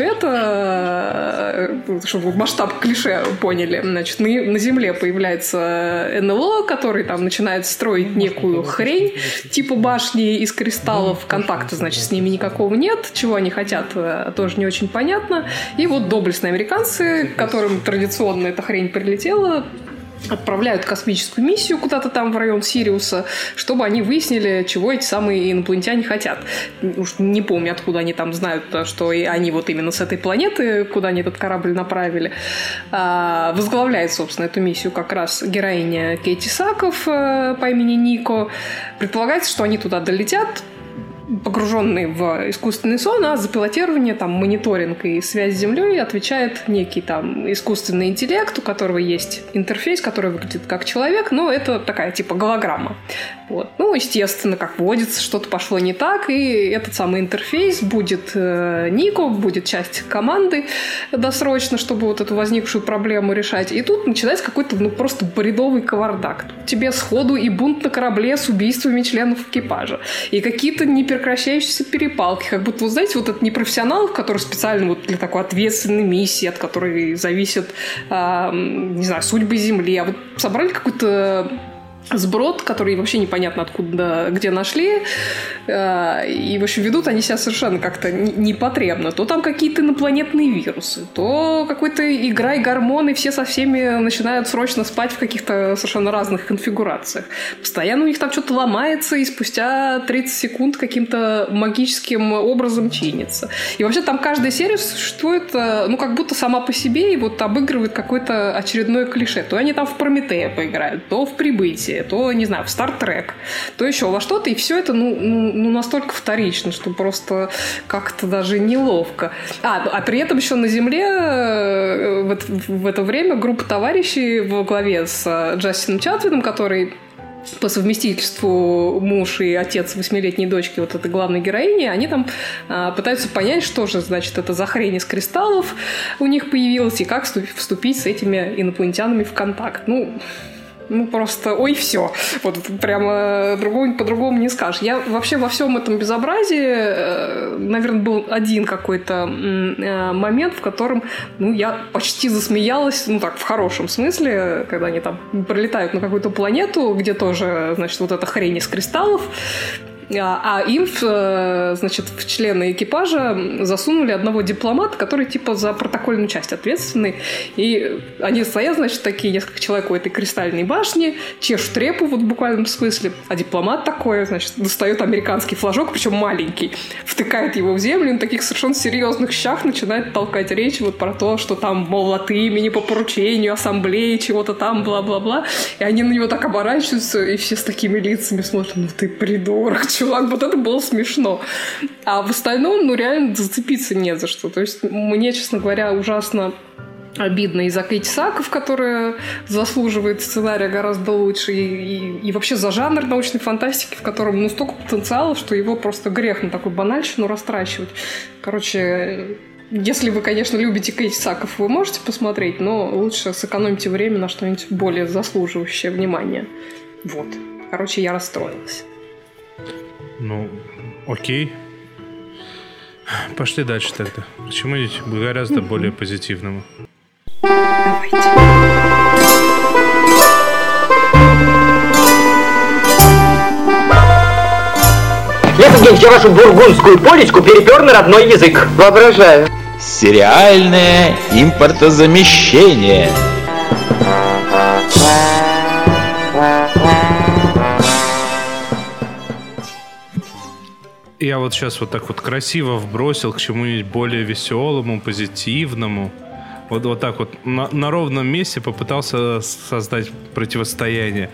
это, чтобы масштаб клише поняли. Значит, на Земле появляется НЛО, который там начинает строить некую хрень, типа башни из кристаллов. Контакта, значит, с ними никакого нет. Чего они хотят, тоже не очень понятно. И вот доблестные американцы, которым традиционно эта хрень прилетела, отправляют космическую миссию куда-то там в район Сириуса, чтобы они выяснили, чего эти самые инопланетяне хотят. Уж не помню, откуда они там знают, что и они вот именно с этой планеты, куда они этот корабль направили. Возглавляет, собственно, эту миссию как раз героиня Кейти Саков по имени Нико. Предполагается, что они туда долетят, погруженный в искусственный сон, а за пилотирование, там, мониторинг и связь с Землей отвечает некий там искусственный интеллект, у которого есть интерфейс, который выглядит как человек, но это такая типа голограмма. Вот. Ну, естественно, как водится, что-то пошло не так, и этот самый интерфейс будет Нико, будет часть команды досрочно, чтобы вот эту возникшую проблему решать. И тут начинается какой-то, ну, просто бредовый кавардак. Тут тебе сходу и бунт на корабле с убийствами членов экипажа, и какие-то неперекращающиеся перепалки. Как будто, вот знаете, вот это не профессионалов, которые специально вот для такой ответственной миссии, от которой зависят, не знаю, судьбы Земли, а вот собрали какой-то сброд, который вообще непонятно откуда, где нашли. И, в общем, ведут они себя совершенно как-то непотребно. То там какие-то инопланетные вирусы, то какой-то игра и гормоны, все со всеми начинают срочно спать в каких-то совершенно разных конфигурациях. Постоянно у них там что-то ломается, и спустя 30 секунд каким-то магическим образом чинится. И вообще там каждая серия существует, ну, как будто сама по себе, и вот обыгрывает какое-то очередное клише. То они там в Прометея поиграют, то в Прибытие, то, не знаю, в Стартрек, то еще во что-то, и все это, ну, настолько вторично, что просто как-то даже неловко. А при этом еще на Земле в это время группа товарищей во главе с Джастином Чатвином, который по совместительству муж и отец 8-летней дочки вот этой главной героини, они там пытаются понять, что же, значит, это за хрень из кристаллов у них появилась, и как вступить с этими инопланетянами в контакт. Ну, Ну, просто, ой, все. Вот прямо по-другому не скажешь. Я вообще во всем этом безобразии, наверное, был один какой-то момент, в котором, я почти засмеялась, так, в хорошем смысле, когда они там прилетают на какую-то планету, где тоже, значит, вот эта хрень из кристаллов, а им, значит, в члены экипажа засунули одного дипломата, который типа за протокольную часть ответственный. И они стоят, значит, такие несколько человек у этой кристальной башни, чешут репу вот в буквальном смысле. А дипломат такой, значит, достает американский флажок, причем маленький, втыкает его в землю и на таких совершенно серьезных щах начинает толкать речь вот про то, что там, мол, от имени по поручению ассамблеи чего-то там, бла-бла-бла. И они на него так оборачиваются, и все с такими лицами смотрят: ну ты придурок, чувак, вот это было смешно. А в остальном, реально зацепиться не за что. То есть мне, честно говоря, ужасно обидно из-за Кейти Саков, которая заслуживает сценария гораздо лучше, и вообще за жанр научной фантастики, в котором столько потенциала, что его просто грех на такую банальщину растрачивать. Короче, если вы, конечно, любите Кейти Саков, вы можете посмотреть, но лучше сэкономьте время на что-нибудь более заслуживающее внимания. Вот. Короче, я расстроилась. Окей. Пошли дальше тогда. К чему-нибудь гораздо более позитивному. Давайте. Нет, я вашу бургундскую полечку перепер на родной язык. Воображаю. Сериальное импортозамещение. Я вот сейчас вот так вот красиво вбросил к чему-нибудь более веселому, позитивному. Вот так вот на ровном месте попытался создать противостояние.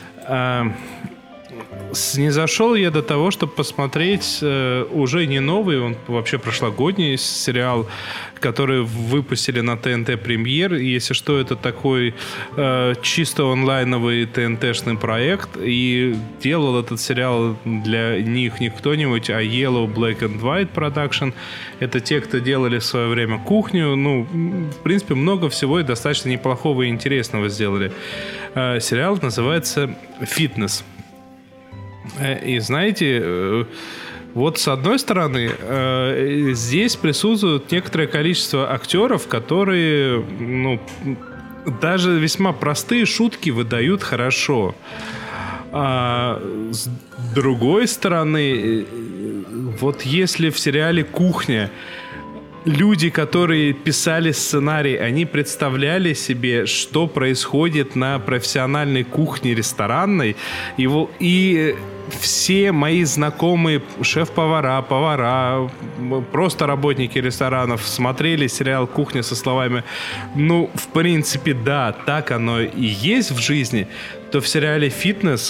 Снизошел я до того, чтобы посмотреть уже не новый, он вообще прошлогодний сериал, который выпустили на ТНТ Премьер. Если что, это такой чисто онлайновый ТНТшный проект. И делал этот сериал для них не кто-нибудь, а Yellow Black and White Production. Это те, кто делали в свое время «Кухню». В принципе, много всего и достаточно неплохого и интересного сделали. Сериал называется «Фитнес». И знаете, вот с одной стороны, здесь присутствует некоторое количество актеров, которые, даже весьма простые шутки выдают хорошо. А с другой стороны, вот если в сериале «Кухня» люди, которые писали сценарий, они представляли себе, что происходит на профессиональной кухне ресторанной, и все мои знакомые шеф-повара, повара, просто работники ресторанов смотрели сериал «Кухня» со словами: в принципе, да, так оно и есть в жизни, то в сериале «Фитнес»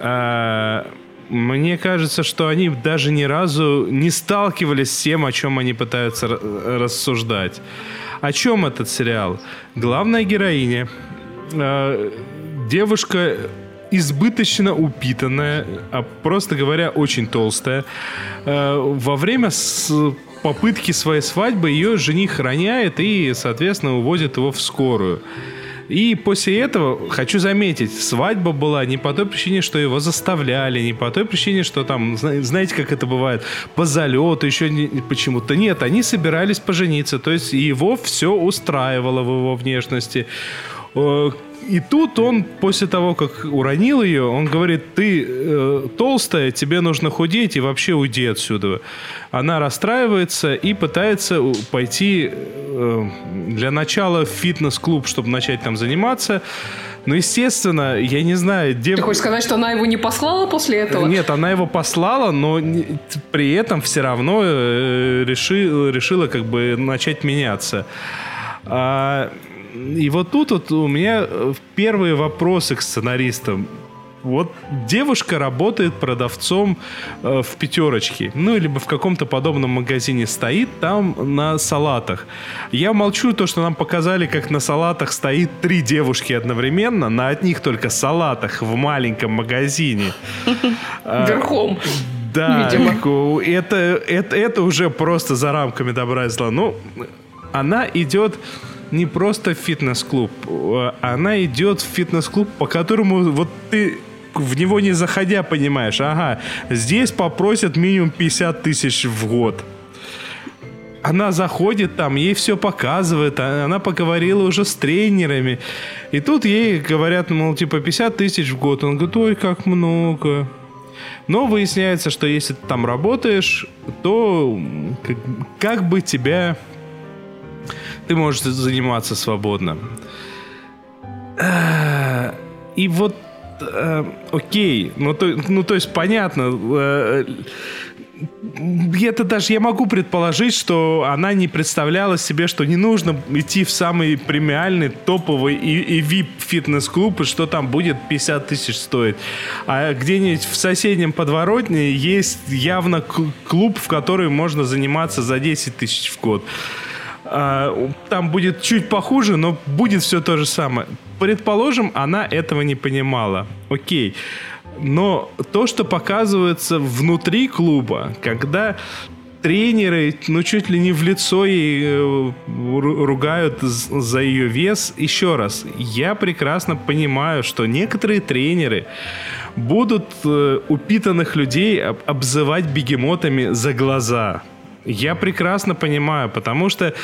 мне кажется, что они даже ни разу не сталкивались с тем, о чем они пытаются рассуждать. О чем этот сериал? Главная героиня, девушка избыточно упитанная, а просто говоря, очень толстая. Во время попытки своей свадьбы ее жених роняет и, соответственно, увозит его в скорую. И после этого, хочу заметить, свадьба была не по той причине, что его заставляли, не по той причине, что там, знаете, как это бывает, по залету, еще почему-то. Нет, они собирались пожениться, то есть его все устраивало в его внешности. И тут он, после того, как уронил ее, он говорит: ты толстая, тебе нужно худеть и вообще уйди отсюда. Она расстраивается и пытается пойти для начала в фитнес-клуб, чтобы начать там заниматься. Но, естественно, я не знаю... Ты хочешь сказать, что она его не послала после этого? Нет, она его послала, но при этом все равно решила как бы начать меняться. И вот тут вот у меня первые вопросы к сценаристам. Вот девушка работает продавцом в «Пятерочке», либо в каком-то подобном магазине стоит там на салатах. Я молчу то, что нам показали, как на салатах стоит 3 девушки одновременно, на одних только салатах в маленьком магазине. Верхом. Да, это уже просто за рамками добра и зла. Она идет не просто в фитнес-клуб. Она идет в фитнес-клуб, по которому вот ты в него не заходя понимаешь, ага, здесь попросят минимум 50 тысяч в год. Она заходит там, ей все показывает, она поговорила уже с тренерами. И тут ей говорят, мол, типа 50 тысяч в год. Он говорит, ой, как много. Но выясняется, что если ты там работаешь, то как бы тебя... Ты можешь заниматься свободно. И вот, окей, то есть понятно... Я могу предположить, что она не представляла себе, что не нужно идти в самый премиальный, топовый и VIP фитнес-клуб, и что там будет 50 тысяч стоить. А где-нибудь в соседнем подворотне есть явно клуб, в который можно заниматься за 10 тысяч в год. Там будет чуть похуже, но будет все то же самое. Предположим, она этого не понимала. Окей. Но то, что показывается внутри клуба, когда тренеры, чуть ли не в лицо ей ругают за ее вес, еще раз, я прекрасно понимаю, что некоторые тренеры будут упитанных людей обзывать бегемотами за глаза. Я прекрасно понимаю, потому что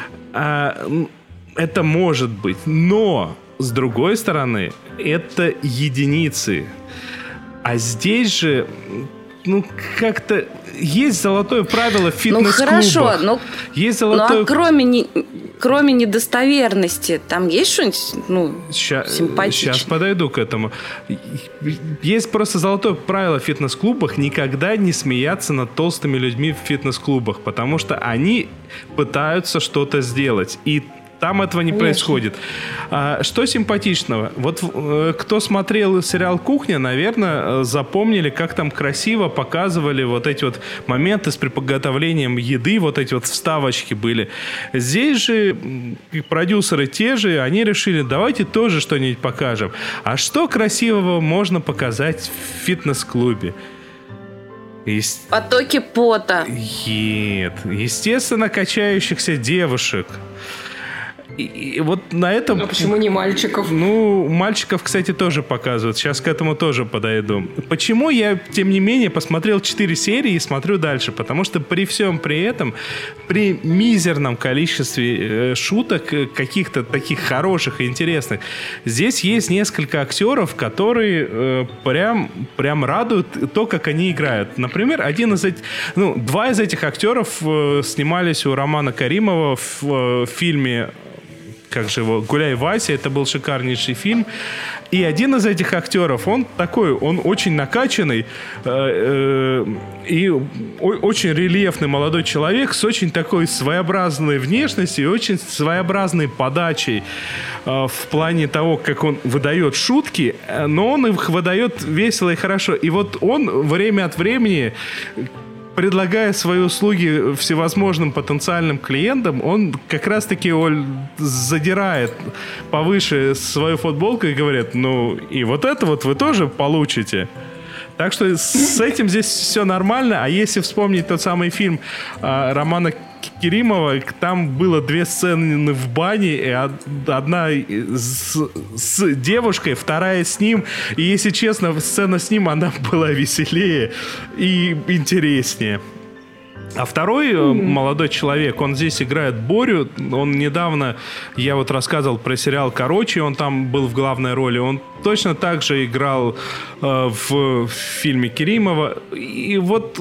это может быть. Но, с другой стороны, это единицы. А здесь же, как-то есть золотое правило в фитнес-клубах. Хорошо, есть золотое... кроме недостоверности, там есть что-нибудь, симпатичное? Сейчас подойду к этому. Есть просто золотое правило в фитнес-клубах: никогда не смеяться над толстыми людьми в фитнес-клубах, потому что они пытаются что-то сделать. И там этого не происходит. Что симпатичного? Вот кто смотрел сериал «Кухня», наверное, запомнили, как там красиво показывали вот эти вот моменты с приготовлением еды, вот эти вот вставочки были. Здесь же продюсеры те же, они решили, давайте тоже что-нибудь покажем. А что красивого можно показать в фитнес-клубе? Потоки пота. Нет. Естественно, качающихся девушек. И вот на этом... А почему не мальчиков? Мальчиков, кстати, тоже показывают. Сейчас к этому тоже подойду. Почему я, тем не менее, посмотрел 4 серии и смотрю дальше? Потому что при всем при этом, при мизерном количестве шуток, каких-то таких хороших и интересных, здесь есть несколько актеров, которые прям радуют то, как они играют. Например, два из этих актеров снимались у Романа Каримова в фильме «Гуляй, Вася». Это был шикарнейший фильм. И один из этих актеров, он очень накачанный и очень рельефный молодой человек с очень такой своеобразной внешностью и очень своеобразной подачей в плане того, как он выдает шутки, но он их выдает весело и хорошо. И вот он время от времени, предлагая свои услуги всевозможным потенциальным клиентам, он как раз-таки задирает повыше свою футболку и говорит, и вот это вот вы тоже получите. Так что с этим здесь все нормально. А если вспомнить тот самый фильм Романа Керимова, там было 2 сцены в бане, и одна с девушкой, вторая с ним. И, если честно, сцена с ним, она была веселее и интереснее. А второй молодой человек, он здесь играет Борю. Он недавно, я рассказывал про сериал «Короче», он там был в главной роли. Он точно так же играл в фильме Керимова. И вот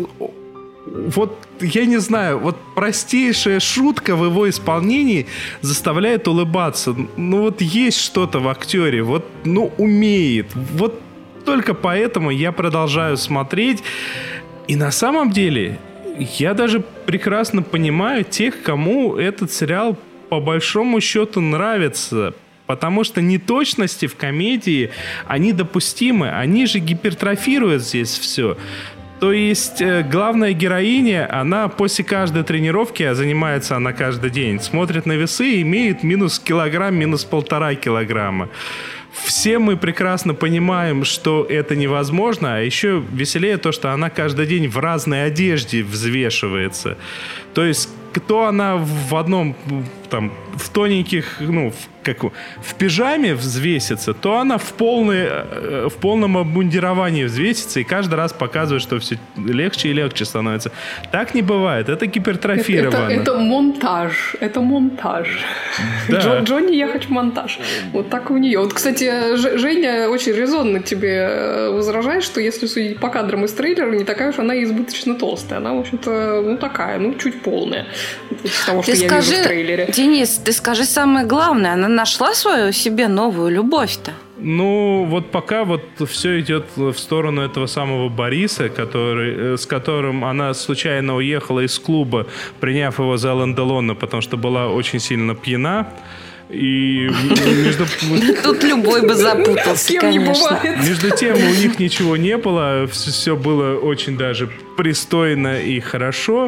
я не знаю, простейшая шутка в его исполнении заставляет улыбаться. Есть что-то в актере, умеет. Только поэтому я продолжаю смотреть. И на самом деле я даже прекрасно понимаю тех, кому этот сериал по большому счету нравится. Потому что неточности в комедии, они допустимы. Они же гипертрофируют здесь все. То есть главная героиня, она после каждой тренировки, а занимается она каждый день, смотрит на весы и имеет минус килограмм, минус 1,5 килограмма. Все мы прекрасно понимаем, что это невозможно, а еще веселее то, что она каждый день в разной одежде взвешивается. То есть, то она в одном там в тоненьких, в пижаме взвесится, то она в полном обмундировании взвесится и каждый раз показывает, что все легче и легче становится. Так не бывает. Это гипертрофировано. Это монтаж. Это монтаж. Да. Джонни, я хочу монтаж. Вот так у нее. Вот, кстати, Женя очень резонно тебе возражает, что если судить по кадрам из трейлера, не такая уж она избыточно толстая. Она, в общем-то, такая, чуть полная. Из того, что я вижу в трейлере. Денис, ты скажи самое главное. Она нашла свою себе новую любовь-то? Вот пока все идет в сторону этого самого Бориса, с которым она случайно уехала из клуба, приняв его за Ален Делона, потому что была очень сильно пьяна. И тут любой бы запутался, конечно. Между тем у них ничего не было, все было очень даже пристойно и хорошо.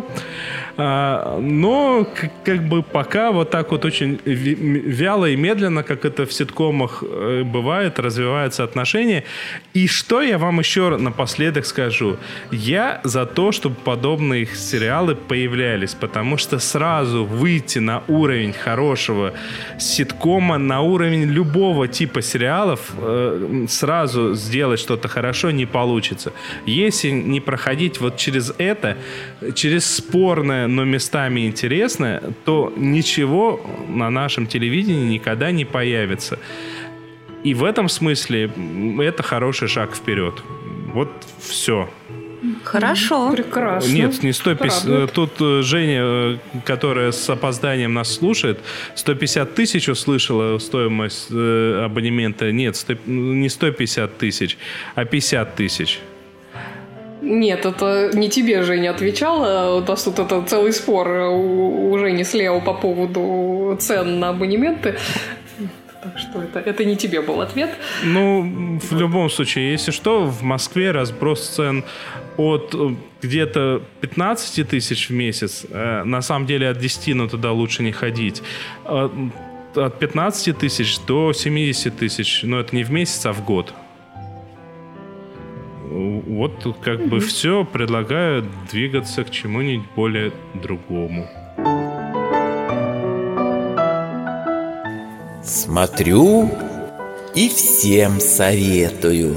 Но пока вот так вот очень вяло и медленно, как это в ситкомах бывает, развиваются отношения. И что я вам еще напоследок скажу. Я за то, чтобы подобные сериалы появлялись, потому что сразу выйти на уровень хорошего ситкома, на уровень любого типа сериалов, сразу сделать что-то хорошо не получится. Если не проходить через это, через спорное, но местами интересное, то ничего на нашем телевидении никогда не появится. И в этом смысле это хороший шаг вперед. Вот все. Хорошо. Прекрасно. Нет, не 150. Тут Женя, которая с опозданием нас слушает, 150 тысяч услышала стоимость абонемента. Нет, не 150 тысяч, а 50 тысяч. Нет, это не тебе Женя отвечала. У нас тут это целый спор у Жени с Лео по поводу цен на абонементы. Так что это не тебе был ответ. В любом случае, если что, в Москве разброс цен от где-то 15 тысяч в месяц, на самом деле от 10, но туда лучше не ходить, от 15 тысяч до 70 тысяч, но это не в месяц, а в год. Вот все, предлагаю двигаться к чему-нибудь более другому. Смотрю и всем советую.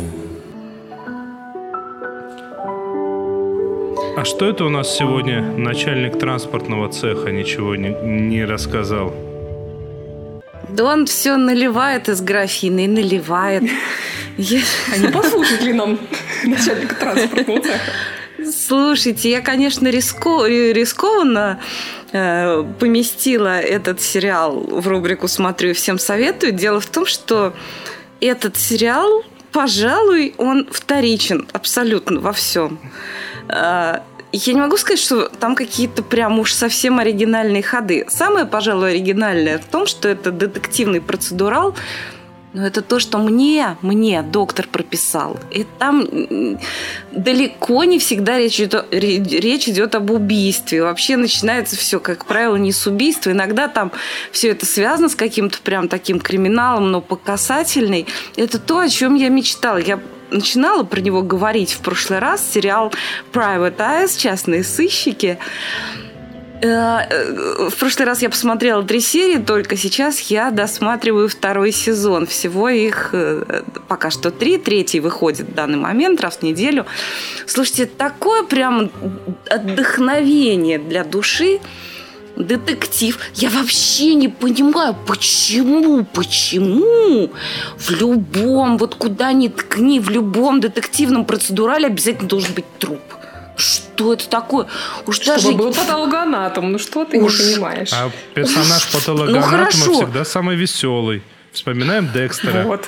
А что это у нас сегодня начальник транспортного цеха ничего не рассказал? Да он все наливает из графина и наливает. А не послушать ли нам начальника транспортного цеха? Слушайте, я, конечно, рискованно поместила этот сериал в рубрику «Смотрю и всем советую». Дело в том, что этот сериал, пожалуй, он вторичен абсолютно во всем. Я не могу сказать, что там какие-то прям уж совсем оригинальные ходы. Самое, пожалуй, оригинальное в том, что это детективный процедурал. Но это то, что мне доктор прописал. И там далеко не всегда речь идет об убийстве. Вообще начинается все, как правило, не с убийства. Иногда там все это связано с каким-то прям таким криминалом, но по касательной. Это то, о чем я мечтала. Я начинала про него говорить в прошлый раз. Сериал Private Eyes, «Частные сыщики». В прошлый раз я посмотрела 3 серии, только сейчас я досматриваю 2 сезон. Всего их пока что 3. 3-й выходит в данный момент, раз в неделю. Слушайте, такое прям отдохновение для души. Детектив. Я вообще не понимаю, почему в любом, куда ни ткни, в любом детективном процедурале обязательно должен быть труп. Что это такое? Чтобы был патологоанатом. Что ты не понимаешь? А персонаж патологоанатома всегда самый веселый. Вспоминаем Декстера. Вот.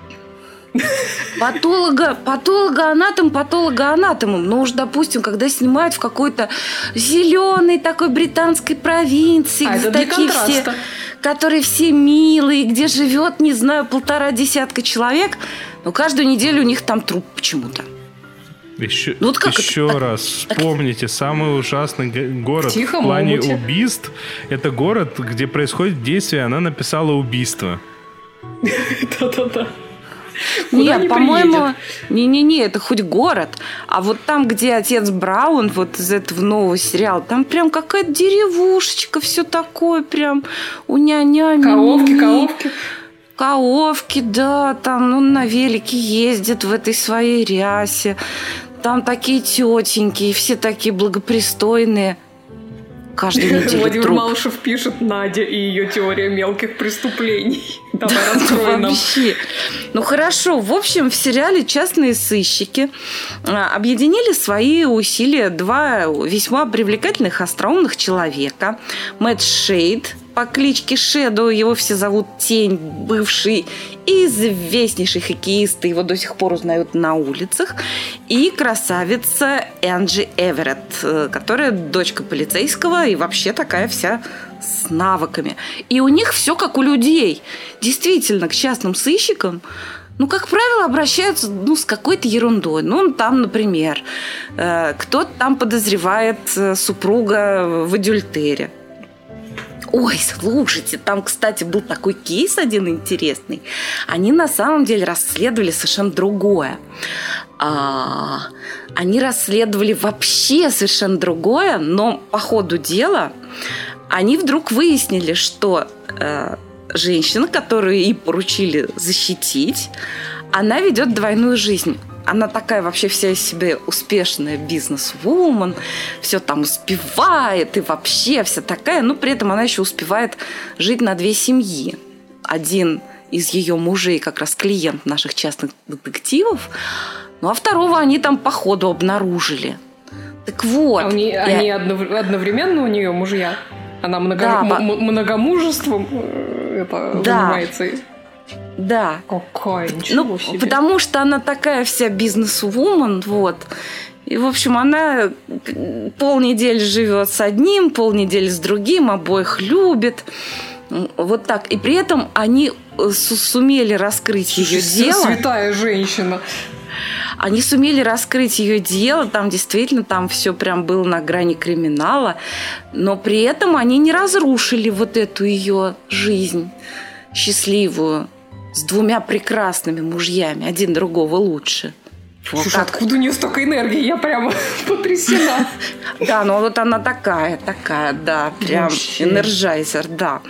Патологоанатомом. Но уж, допустим, когда снимают в какой-то зеленой такой британской провинции, где такие все, которые все милые, где живет, не знаю, 1,5 человек, но каждую неделю у них там труп почему-то. Еще раз вспомните, самый ужасный город в плане убийств – это город, где происходит действие, она написала убийство. Да-да-да. Нет, по-моему, не, это хоть город. А вот там, где отец Браун, вот из этого нового сериала, там прям какая-то деревушечка, все такое прям у няня. Коовки, да, там на велике ездят в этой своей рясе. Там такие тетеньки, все такие благопристойные. Каждую неделю Владимир труп. Малышев пишет «Надя и ее теория мелких преступлений». Давай раскрой нам. Вообще. Ну хорошо, в общем, в сериале «Частные сыщики» объединили свои усилия два весьма привлекательных, остроумных человека. Мэтт Шейд по кличке Шэдоу, его все зовут Тень, бывший известнейший хоккеист, его до сих пор узнают на улицах, и красавица Энджи Эверетт, которая дочка полицейского и вообще такая вся с навыками. И у них все как у людей. Действительно, к частным сыщикам, как правило, обращаются с какой-то ерундой. Там, например, кто-то там подозревает супруга в адюльтере. Ой, слушайте, там, кстати, был такой кейс один интересный. Они на самом деле расследовали совершенно другое. Они расследовали вообще совершенно другое, но по ходу дела они вдруг выяснили, что женщина, которую ей поручили защитить, она ведет двойную жизнь. Она такая вообще вся из себя успешная бизнес-вумен, все там успевает и вообще вся такая, но при этом она еще успевает жить на две семьи. Один из ее мужей как раз клиент наших частных детективов, а второго они там по ходу обнаружили. Так вот. Они одновременно у нее мужья? Она многомужеством занимается? Да. Какая, ничего себе. Потому что она такая вся бизнес-вумен, вот. И, в общем, она полнедели живет с одним, полнедели с другим, обоих любит. Вот так. И при этом они сумели раскрыть ее дело. Святая женщина. Они сумели раскрыть ее дело, там действительно там все прям было на грани криминала, но при этом они не разрушили вот эту ее жизнь счастливую с двумя прекрасными мужьями, один другого лучше. Слушай, откуда у нее столько энергии? Я прямо потрясена. Да, вот она такая, да, прям энерджайзер, да.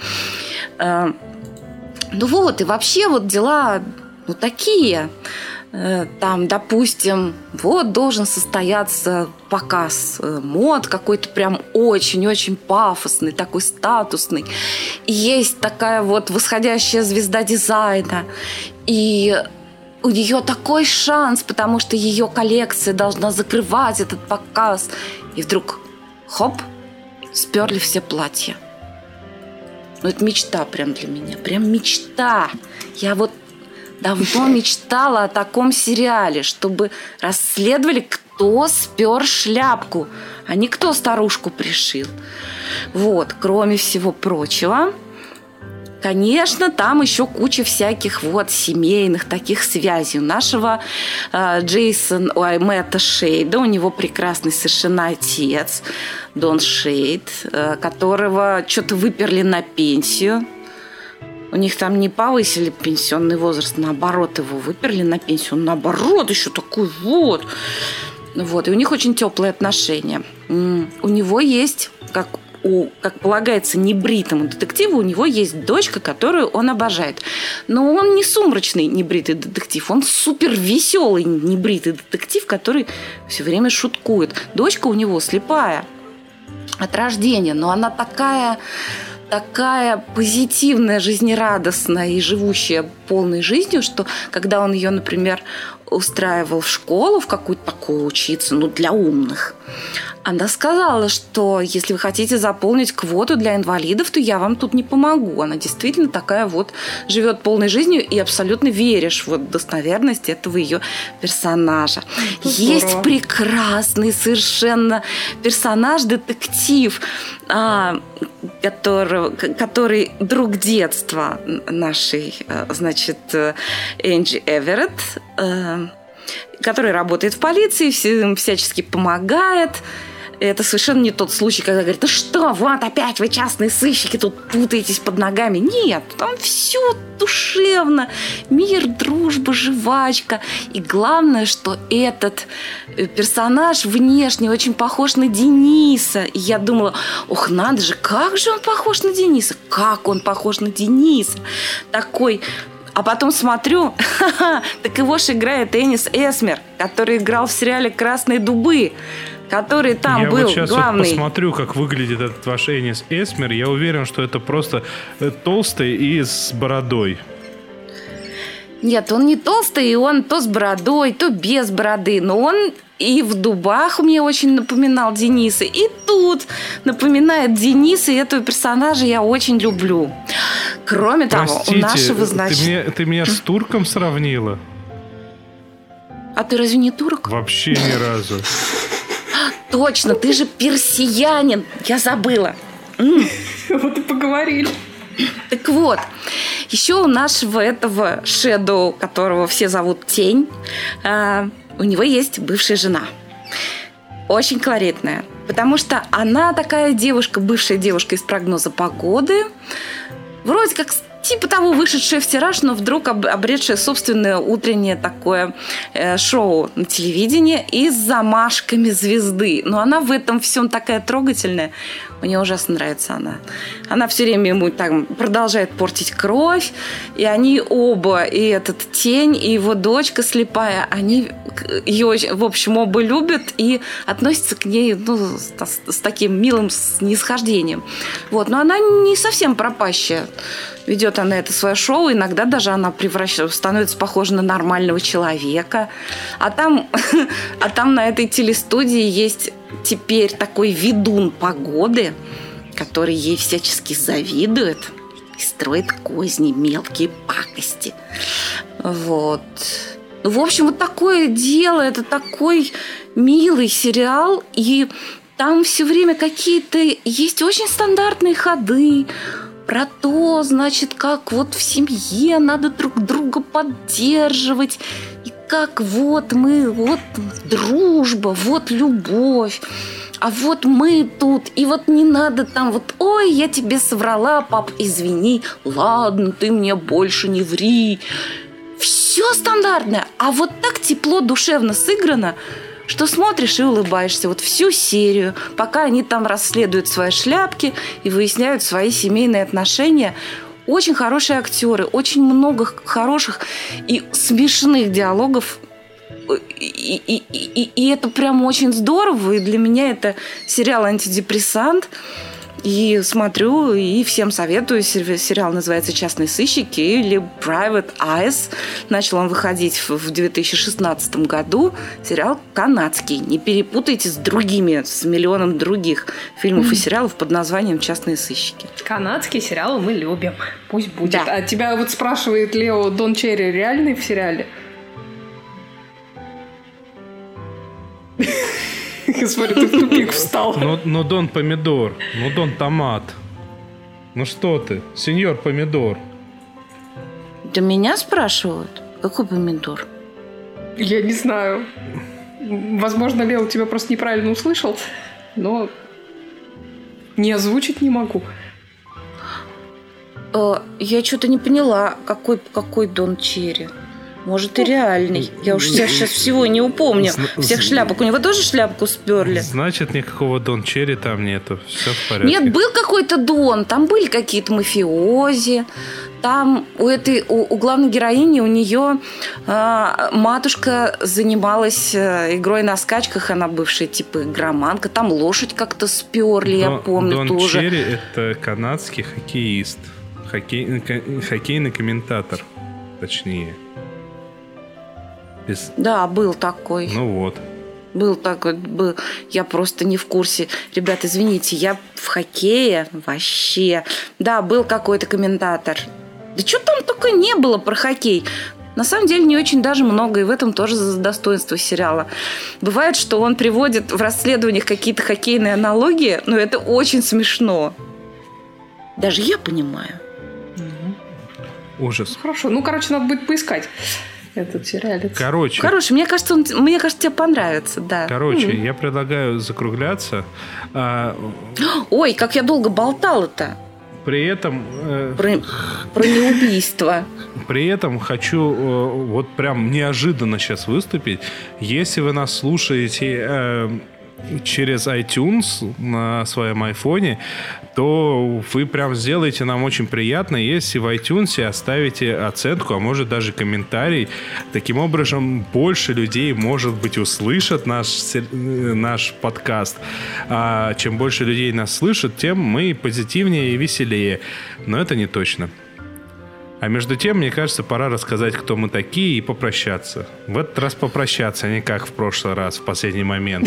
И вообще дела такие. Там, допустим, должен состояться показ мод какой-то прям очень-очень пафосный, такой статусный. И есть такая восходящая звезда дизайна. И у нее такой шанс, потому что ее коллекция должна закрывать этот показ. И вдруг, хоп, сперли все платья. Это мечта прям для меня. Прям мечта. Я давно мечтала о таком сериале, чтобы расследовали, кто спер шляпку, а не кто старушку пришил. Кроме всего прочего, конечно, там еще куча всяких семейных таких связей. У нашего Мэтта Шейда, у него прекрасный совершенно отец, Дон Шейд, которого что-то выперли на пенсию. У них там не повысили пенсионный возраст, наоборот, его выперли на пенсию. Он, наоборот, еще такой и у них очень теплые отношения. У него есть, как полагается небритому детективу, у него есть дочка, которую он обожает. Но он не сумрачный небритый детектив, он супер веселый небритый детектив, который все время шуткует. Дочка у него слепая от рождения, но она такая позитивная, жизнерадостная и живущая полной жизнью, что когда он ее, например, устраивал в школу, в какую-то такую учиться, для умных, она сказала, что если вы хотите заполнить квоту для инвалидов, то я вам тут не помогу. Она действительно такая живет полной жизнью, и абсолютно веришь в достоверность этого ее персонажа. Есть прекрасный совершенно персонаж-детектив, который друг детства нашей, Энджи Эверетт, который работает в полиции, всячески помогает. Это совершенно не тот случай, когда говорят, да что, вот опять вы частные сыщики, тут путаетесь под ногами. Нет, там все душевно. Мир, дружба, жвачка. И главное, что этот персонаж внешне очень похож на Дениса. И я думала, ох, надо же, как же он похож на Дениса. Как он похож на Дениса. Такой... А потом смотрю, так его же играет Энис Эсмер, который играл в сериале «Красные дубы», который там был главный. Я вот сейчас вот посмотрю, как выглядит этот ваш Энис Эсмер. Я уверен, что это просто толстый и с бородой. Нет, он не толстый, и он то с бородой, то без бороды. Но он и в «Дубах» мне очень напоминал Дениса, и тут напоминает Дениса, и этого персонажа я очень люблю. Кроме того, у нашего, значит... Ты меня с турком сравнила? А ты разве не турок? Вообще ни разу. Точно, ты же персиянин. Я забыла. Вот и поговорили. Так вот, еще у нашего этого Шэдоу, которого все зовут Тень, у него есть бывшая жена. Очень колоритная. Потому что она такая девушка, бывшая девушка из прогноза погоды. Вроде как типа того, вышедшая в тираж, но вдруг обретшая собственное утреннее такое шоу на телевидении и с замашками звезды. Но она в этом всем такая трогательная. Мне ужасно нравится она. Она все время ему там продолжает портить кровь. И они оба, и этот Тень, и его дочка слепая, они ее, в общем, оба любят и относятся к ней с таким милым снисхождением. Вот. Но она не совсем пропащая. Ведет она это свое шоу, иногда даже она становится похожа на нормального человека. А там на этой телестудии есть теперь такой ведун погоды, который ей всячески завидует и строит козни, мелкие пакости. Вот. В общем, вот такое дело, это такой милый сериал, и там все время какие-то есть очень стандартные ходы, про то, значит, как вот в семье надо друг друга поддерживать, и как вот мы, вот дружба, вот любовь, а вот мы тут, и вот не надо там вот, ой, я тебе соврала, пап, извини, ладно, ты мне больше не ври. Все стандартное, а вот так тепло, душевно сыграно, что смотришь и улыбаешься вот всю серию, пока они там расследуют свои шляпки и выясняют свои семейные отношения. Очень хорошие актеры, очень много хороших и смешных диалогов. И это прям очень здорово. И для меня это сериал «Антидепрессант». И смотрю, и всем советую. Сериал называется «Частные сыщики» или «Private Eyes». Начал он выходить в 2016 году. Сериал канадский. Не перепутайте с другими, с миллионом других фильмов и сериалов под названием «Частные сыщики». Канадские сериалы мы любим. Пусть будет. Да. А тебя вот спрашивает Лео, Дон Черри реальный в сериале? Смотри, ты в тупик встал. Ну, Дон Помидор, ну, Дон Томат. Ну что ты, сеньор Помидор. Да меня спрашивают? Какой помидор? Я не знаю. Возможно, Лео тебя просто неправильно услышал, но не озвучить не могу. Я что-то не поняла, какой Дон Черри. Может, и реальный. Я уж сейчас всего не упомню. Всех шляпок. У него тоже шляпку сперли? Значит, никакого Дон Черри там нету. Все в порядке. Нет, был какой-то Дон. Там были какие-то мафиози. Там у главной героини, у нее матушка занималась игрой на скачках. Она бывшая типа игроманка. Там лошадь как-то сперли, я помню Дон тоже. Дон Черри – это канадский хоккеист. Хоккейный комментатор, точнее. Да, был такой. Ну вот. Был такой, был. Я просто не в курсе. Ребят, извините, я в хоккее вообще. Да, был какой-то комментатор. Да что там только не было про хоккей. На самом деле не очень даже много, и в этом тоже достоинство сериала. Бывает, что он приводит в расследованиях какие-то хоккейные аналогии, но это очень смешно. Даже я понимаю. Ужас. Хорошо, ну, короче, надо будет поискать. этот сериалец. Короче, мне кажется, тебе понравится, да. Короче, я предлагаю закругляться. Ой, как я долго болтала-то. При этом... Про неубийство. При этом хочу вот прям неожиданно сейчас выступить. Если вы нас слушаете через iTunes на своем айфоне, то вы прям сделаете нам очень приятно, если в iTunes оставите оценку, а может даже комментарий. Таким образом, больше людей, может быть, услышат наш подкаст. А чем больше людей нас слышат, тем мы позитивнее и веселее. Но это не точно. А между тем, мне кажется, пора рассказать, кто мы такие, и попрощаться. В этот раз попрощаться, а не как в прошлый раз, в последний момент.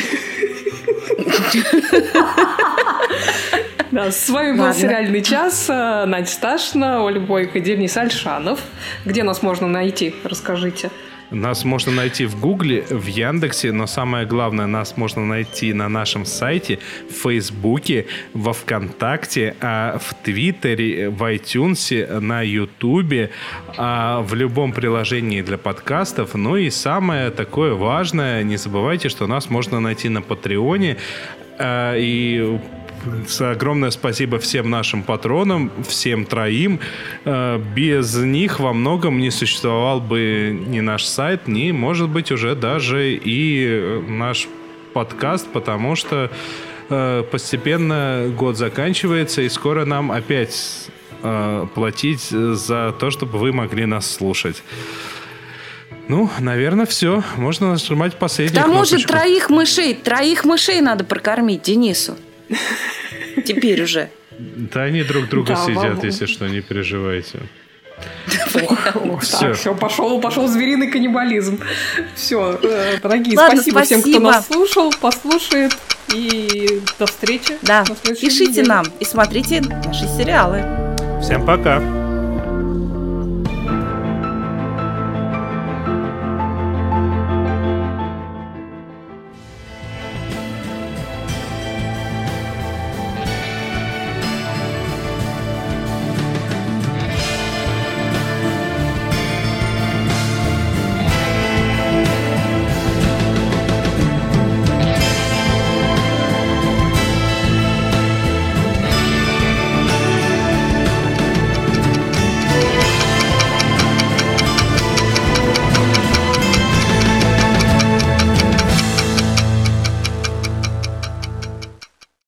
Да, с вами был «Сериальный час». Надя Сташина, Оля Бойко, Денис Альшанов. Где нас можно найти? Расскажите. Нас можно найти в Гугле, в Яндексе, но самое главное, нас можно найти на нашем сайте, в Фейсбуке, во ВКонтакте, в Твиттере, в iTunes, на Ютубе, в любом приложении для подкастов. Ну и самое такое важное, не забывайте, что нас можно найти на Патреоне. И огромное спасибо всем нашим патронам, всем троим. Без них во многом не существовал бы ни наш сайт, ни, может быть, уже даже и наш подкаст, потому что постепенно год заканчивается, и скоро нам опять платить за то, чтобы вы могли нас слушать. Ну, наверное, все. Можно нажимать последнюю кнопочку. К тому же троих мышей надо прокормить Денису. Теперь уже. Да они друг друга съедят, если что, не переживайте. Все, пошел звериный каннибализм. Все, дорогие, спасибо всем, кто нас слушал, послушает. И до встречи. Да, пишите нам и смотрите наши сериалы. Всем пока.